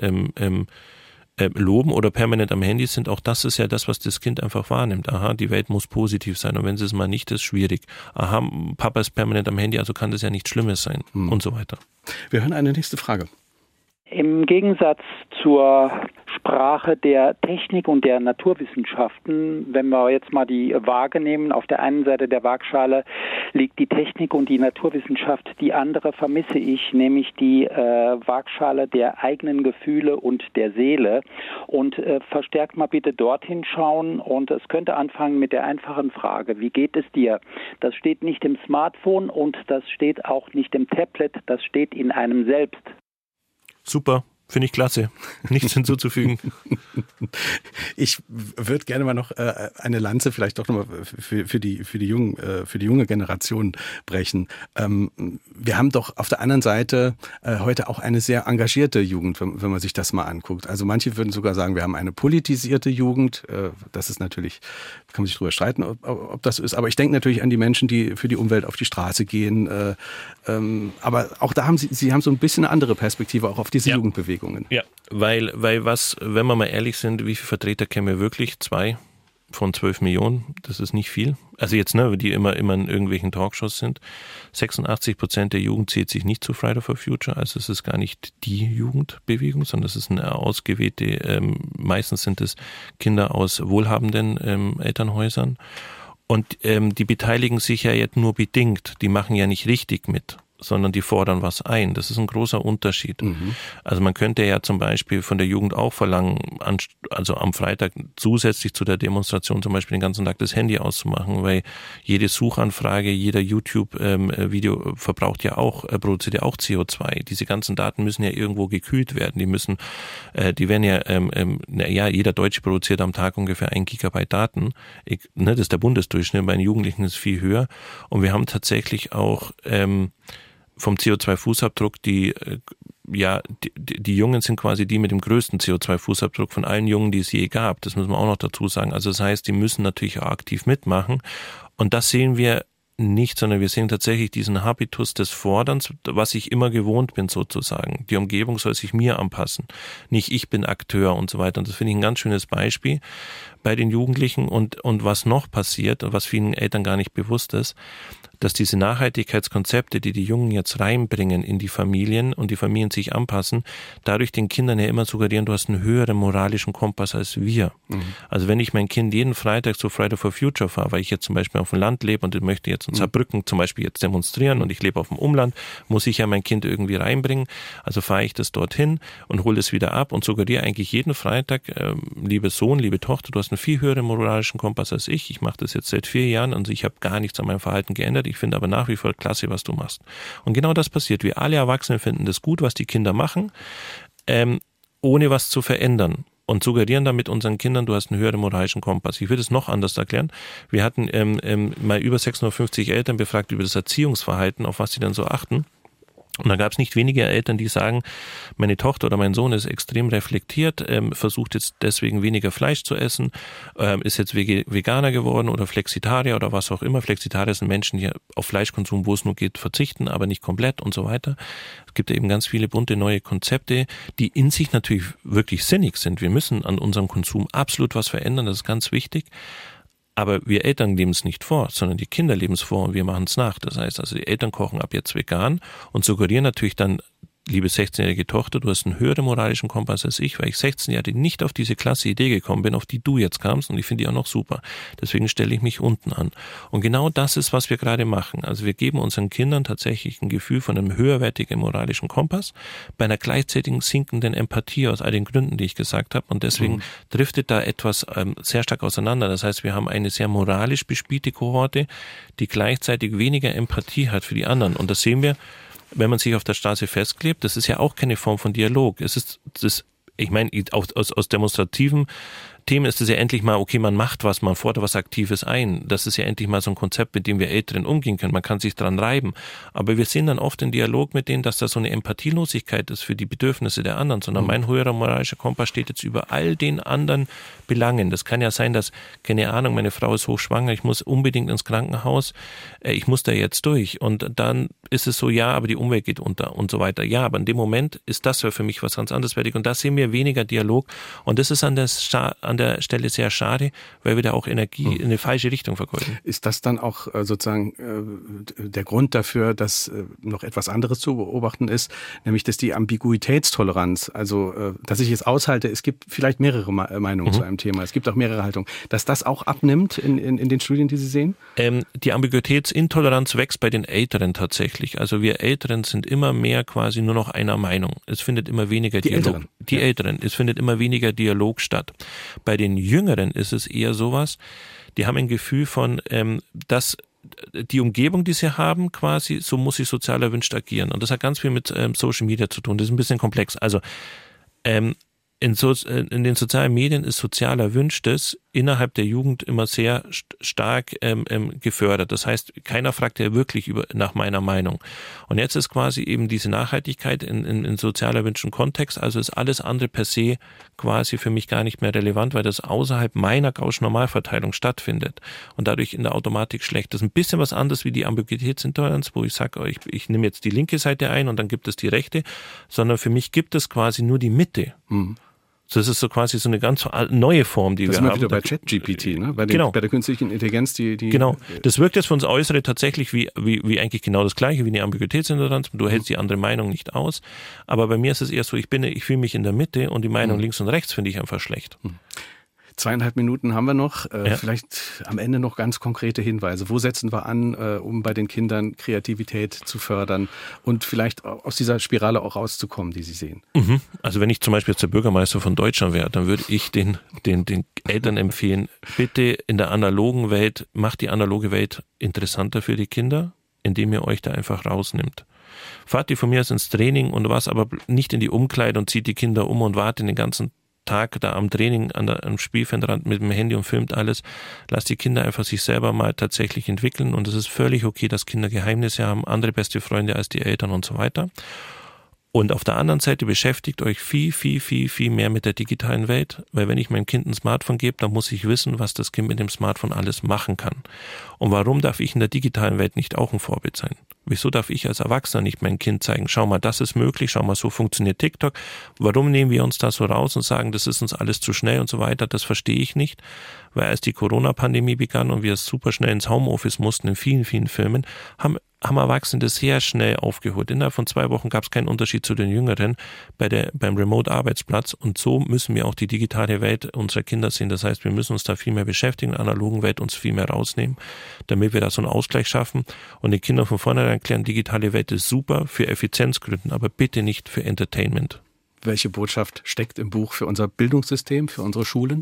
loben oder permanent am Handy sind, auch das ist ja das, was das Kind einfach wahrnimmt. Aha, die Welt muss positiv sein und wenn sie es mal nicht ist, schwierig. Aha, Papa ist permanent am Handy, also kann das ja nichts Schlimmes sein und so weiter. Wir hören eine nächste Frage. Im Gegensatz zur Sprache der Technik und der Naturwissenschaften, wenn wir jetzt mal die Waage nehmen, auf der einen Seite der Waagschale liegt die Technik und die Naturwissenschaft, die andere vermisse ich, nämlich die Waagschale der eigenen Gefühle und der Seele. Und verstärkt mal bitte dorthin schauen und es könnte anfangen mit der einfachen Frage, wie geht es dir? Das steht nicht im Smartphone und das steht auch nicht im Tablet, das steht in einem selbst. Super, finde ich klasse. Nichts hinzuzufügen. Ich würde gerne mal noch eine Lanze vielleicht doch nochmal für die junge Generation brechen. Wir haben doch auf der anderen Seite heute auch eine sehr engagierte Jugend, wenn man sich das mal anguckt. Also manche würden sogar sagen, wir haben eine politisierte Jugend. Das ist natürlich, kann man sich drüber streiten, ob das so ist. Aber ich denke natürlich an die Menschen, die für die Umwelt auf die Straße gehen. Aber auch da haben Sie haben so ein bisschen eine andere Perspektive auch auf diese Jugendbewegungen. Ja, weil wenn wir mal ehrlich sind, wie viele Vertreter kennen wir wirklich? 2 von 12 Millionen, das ist nicht viel. Also jetzt, die immer in irgendwelchen Talkshows sind. 86% der Jugend zählt sich nicht zu Friday for Future, also es ist gar nicht die Jugendbewegung, sondern es ist eine ausgewählte, meistens sind es Kinder aus wohlhabenden Elternhäusern. Und die beteiligen sich ja jetzt nur bedingt, die machen ja nicht richtig mit, sondern die fordern was ein. Das ist ein großer Unterschied. Also man könnte ja zum Beispiel von der Jugend auch verlangen, also am Freitag zusätzlich zu der Demonstration zum Beispiel den ganzen Tag das Handy auszumachen, weil jede Suchanfrage, jeder YouTube-Video produziert ja auch CO2. Diese ganzen Daten müssen ja irgendwo gekühlt werden. Die werden ja, jeder Deutsche produziert am Tag ungefähr 1 Gigabyte Daten. Das ist der Bundesdurchschnitt, bei den Jugendlichen ist es viel höher. Und wir haben tatsächlich auch vom CO2-Fußabdruck die die Jungen sind quasi die mit dem größten CO2-Fußabdruck von allen Jungen, die es je gab. Das müssen wir auch noch dazu sagen. Also das heißt, die müssen natürlich auch aktiv mitmachen. Und das sehen wir nicht, sondern wir sehen tatsächlich diesen Habitus des Forderns, was ich immer gewohnt bin sozusagen. Die Umgebung soll sich mir anpassen. Nicht ich bin Akteur und so weiter. Und das finde ich ein ganz schönes Beispiel bei den Jugendlichen. Und was noch passiert, was vielen Eltern gar nicht bewusst ist, dass diese Nachhaltigkeitskonzepte, die Jungen jetzt reinbringen in die Familien und die Familien sich anpassen, dadurch den Kindern ja immer suggerieren, du hast einen höheren moralischen Kompass als wir. Mhm. Also wenn ich mein Kind jeden Freitag zu Friday for Future fahre, weil ich jetzt zum Beispiel auf dem Land lebe und ich möchte jetzt in Saarbrücken zum Beispiel jetzt demonstrieren und ich lebe auf dem Umland, muss ich ja mein Kind irgendwie reinbringen. Also fahre ich das dorthin und hole es wieder ab und suggeriere eigentlich jeden Freitag, liebe Sohn, liebe Tochter, du hast einen viel höheren moralischen Kompass als ich. Ich mache das jetzt seit 4 Jahren und ich habe gar nichts an meinem Verhalten geändert. Ich finde aber nach wie vor klasse, was du machst. Und genau das passiert. Wir alle Erwachsenen finden das gut, was die Kinder machen, ohne was zu verändern. Und suggerieren damit unseren Kindern, du hast einen höheren moralischen Kompass. Ich würde es noch anders erklären. Wir hatten mal über 650 Eltern befragt über das Erziehungsverhalten, auf was sie dann so achten. Und da gab es nicht wenige Eltern, die sagen, meine Tochter oder mein Sohn ist extrem reflektiert, versucht jetzt deswegen weniger Fleisch zu essen, ist jetzt Veganer geworden oder Flexitarier oder was auch immer. Flexitarier sind Menschen, die auf Fleischkonsum, wo es nur geht, verzichten, aber nicht komplett und so weiter. Es gibt ja eben ganz viele bunte neue Konzepte, die in sich natürlich wirklich sinnig sind. Wir müssen an unserem Konsum absolut was verändern, das ist ganz wichtig. Aber wir Eltern leben es nicht vor, sondern die Kinder leben es vor und wir machen es nach. Das heißt also, die Eltern kochen ab jetzt vegan und suggerieren natürlich dann, liebe 16-jährige Tochter, du hast einen höheren moralischen Kompass als ich, weil ich 16 Jahre nicht auf diese klasse Idee gekommen bin, auf die du jetzt kamst und ich finde die auch noch super. Deswegen stelle ich mich unten an. Und genau das ist, was wir gerade machen. Also wir geben unseren Kindern tatsächlich ein Gefühl von einem höherwertigen moralischen Kompass bei einer gleichzeitigen sinkenden Empathie aus all den Gründen, die ich gesagt habe. Und deswegen driftet da etwas sehr stark auseinander. Das heißt, wir haben eine sehr moralisch bespielte Kohorte, die gleichzeitig weniger Empathie hat für die anderen. Und das sehen wir, wenn man sich auf der Straße festklebt, das ist ja auch keine Form von Dialog. Es ist das, ich meine, aus demonstrativen Themen ist es ja endlich mal, okay, man macht was, man fordert was Aktives ein. Das ist ja endlich mal so ein Konzept, mit dem wir Älteren umgehen können. Man kann sich dran reiben. Aber wir sehen dann oft im Dialog mit denen, dass da so eine Empathielosigkeit ist für die Bedürfnisse der anderen, sondern mein höherer moralischer Kompass steht jetzt über all den anderen Belangen. Das kann ja sein, dass, keine Ahnung, meine Frau ist hochschwanger, ich muss unbedingt ins Krankenhaus, ich muss da jetzt durch. Und dann ist es so, ja, aber die Umwelt geht unter und so weiter. Ja, aber in dem Moment ist das für mich was ganz anderswertig. Und da sehen wir weniger Dialog. Und das ist an der Stelle sehr schade, weil wir da auch Energie in eine falsche Richtung vergeuden. Ist das dann auch sozusagen der Grund dafür, dass noch etwas anderes zu beobachten ist, nämlich dass die Ambiguitätstoleranz, also dass ich es aushalte, es gibt vielleicht mehrere Meinungen zu einem Thema, es gibt auch mehrere Haltungen, dass das auch abnimmt in den Studien, die Sie sehen? Die Ambiguitätsintoleranz wächst bei den Älteren tatsächlich. Also wir Älteren sind immer mehr quasi nur noch einer Meinung. Es findet immer weniger Dialog. Die Älteren. Es findet immer weniger Dialog statt. Bei den Jüngeren ist es eher sowas, die haben ein Gefühl von, dass die Umgebung, die sie haben, quasi, so muss sie sozial erwünscht agieren. Und das hat ganz viel mit Social Media zu tun. Das ist ein bisschen komplex. Also in den sozialen Medien ist sozial Erwünschtes innerhalb der Jugend immer sehr stark gefördert. Das heißt, keiner fragt ja wirklich nach meiner Meinung. Und jetzt ist quasi eben diese Nachhaltigkeit in sozial erwünschten Kontext, also ist alles andere per se quasi für mich gar nicht mehr relevant, weil das außerhalb meiner Gaußschen Normalverteilung stattfindet und dadurch in der Automatik schlecht. Das ist ein bisschen was anderes wie die Ambiguitätsintoleranz, wo ich sage, ich nehme jetzt die linke Seite ein und dann gibt es die rechte, sondern für mich gibt es quasi nur die Mitte. Das ist so quasi so eine ganz neue Form, die wir haben. Das sind wir wieder bei ChatGPT, ne? Bei der künstlichen Intelligenz, die genau. Das wirkt jetzt für uns Äußere tatsächlich wie eigentlich genau das Gleiche, wie eine Ambiguitätsintoleranz. Du hältst die andere Meinung nicht aus. Aber bei mir ist es eher so, ich fühle mich in der Mitte und die Meinung links und rechts finde ich einfach schlecht. 2,5 Minuten haben wir noch. Vielleicht am Ende noch ganz konkrete Hinweise. Wo setzen wir an, um bei den Kindern Kreativität zu fördern und vielleicht aus dieser Spirale auch rauszukommen, die Sie sehen? Also wenn ich zum Beispiel jetzt der Bürgermeister von Deutschland wäre, dann würde ich den Eltern empfehlen, bitte in der analogen Welt, macht die analoge Welt interessanter für die Kinder, indem ihr euch da einfach rausnimmt. Fahrt die von mir aus ins Training und was, aber nicht in die Umkleide und zieht die Kinder um und wartet den ganzen Tag da am Training am Spielfeldrand mit dem Handy und filmt alles. Lasst die Kinder einfach sich selber mal tatsächlich entwickeln und es ist völlig okay, dass Kinder Geheimnisse haben, andere beste Freunde als die Eltern und so weiter. Und auf der anderen Seite beschäftigt euch viel, viel, viel, viel mehr mit der digitalen Welt, weil wenn ich meinem Kind ein Smartphone gebe, dann muss ich wissen, was das Kind mit dem Smartphone alles machen kann. Und warum darf ich in der digitalen Welt nicht auch ein Vorbild sein? Wieso darf ich als Erwachsener nicht meinem Kind zeigen, schau mal, das ist möglich, schau mal, so funktioniert TikTok. Warum nehmen wir uns da so raus und sagen, das ist uns alles zu schnell und so weiter? Das verstehe ich nicht, weil als die Corona-Pandemie begann und wir super schnell ins Homeoffice mussten in vielen, vielen Filmen, haben Erwachsene das sehr schnell aufgeholt. Innerhalb von 2 Wochen gab es keinen Unterschied zu den Jüngeren beim Remote-Arbeitsplatz und so müssen wir auch die digitale Welt unserer Kinder sehen. Das heißt, wir müssen uns da viel mehr beschäftigen, in der analogen Welt uns viel mehr rausnehmen, damit wir da so einen Ausgleich schaffen und den Kindern von vornherein erklären, digitale Welt ist super für Effizienzgründen, aber bitte nicht für Entertainment. Welche Botschaft steckt im Buch für unser Bildungssystem, für unsere Schulen?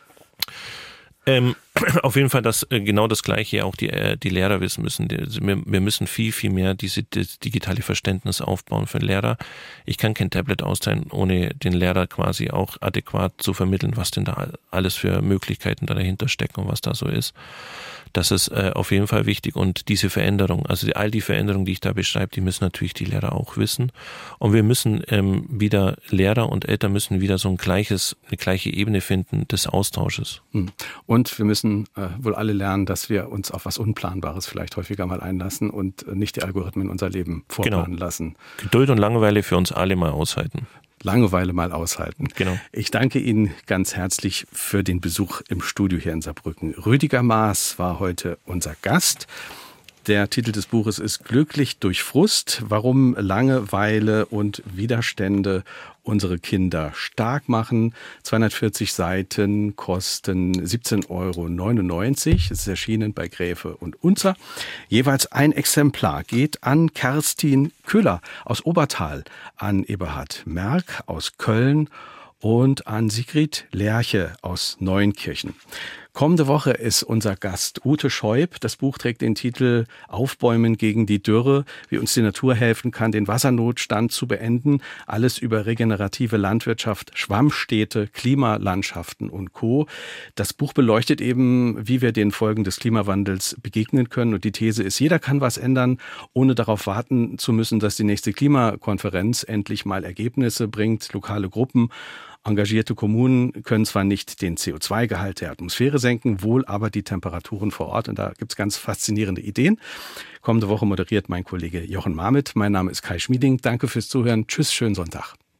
Auf jeden Fall genau das Gleiche auch die Lehrer wissen müssen. Wir müssen viel, viel mehr das digitale Verständnis aufbauen für Lehrer. Ich kann kein Tablet austeilen, ohne den Lehrer quasi auch adäquat zu vermitteln, was denn da alles für Möglichkeiten dahinter stecken und was da so ist. Das ist auf jeden Fall wichtig und diese Veränderung, also all die Veränderungen, die ich da beschreibe, die müssen natürlich die Lehrer auch wissen. Und wir müssen wieder, Lehrer und Eltern müssen wieder so eine gleiche Ebene finden des Austausches. Und wir müssen wohl alle lernen, dass wir uns auf was Unplanbares vielleicht häufiger mal einlassen und nicht die Algorithmen unser Leben vorplanen lassen. Geduld und Langeweile für uns alle mal aushalten. Langeweile mal aushalten. Genau. Ich danke Ihnen ganz herzlich für den Besuch im Studio hier in Saarbrücken. Rüdiger Maaß war heute unser Gast. Der Titel des Buches ist Glücklich durch Frust, warum Langeweile und Widerstände unsere Kinder stark machen. 240 Seiten kosten 17,99 €. Es ist erschienen bei Gräfe und Unzer. Jeweils ein Exemplar geht an Kerstin Köhler aus Obertal, an Eberhard Merck aus Köln und an Sigrid Lerche aus Neunkirchen. Kommende Woche ist unser Gast Ute Scheub. Das Buch trägt den Titel Aufbäumen gegen die Dürre, wie uns die Natur helfen kann, den Wassernotstand zu beenden. Alles über regenerative Landwirtschaft, Schwammstädte, Klimalandschaften und Co. Das Buch beleuchtet eben, wie wir den Folgen des Klimawandels begegnen können. Und die These ist, jeder kann was ändern, ohne darauf warten zu müssen, dass die nächste Klimakonferenz endlich mal Ergebnisse bringt. Lokale Gruppen, engagierte Kommunen können zwar nicht den CO2-Gehalt der Atmosphäre senken, wohl aber die Temperaturen vor Ort. Und da gibt's ganz faszinierende Ideen. Kommende Woche moderiert mein Kollege Jochen Marmit. Mein Name ist Kai Schmieding. Danke fürs Zuhören. Tschüss, schönen Sonntag.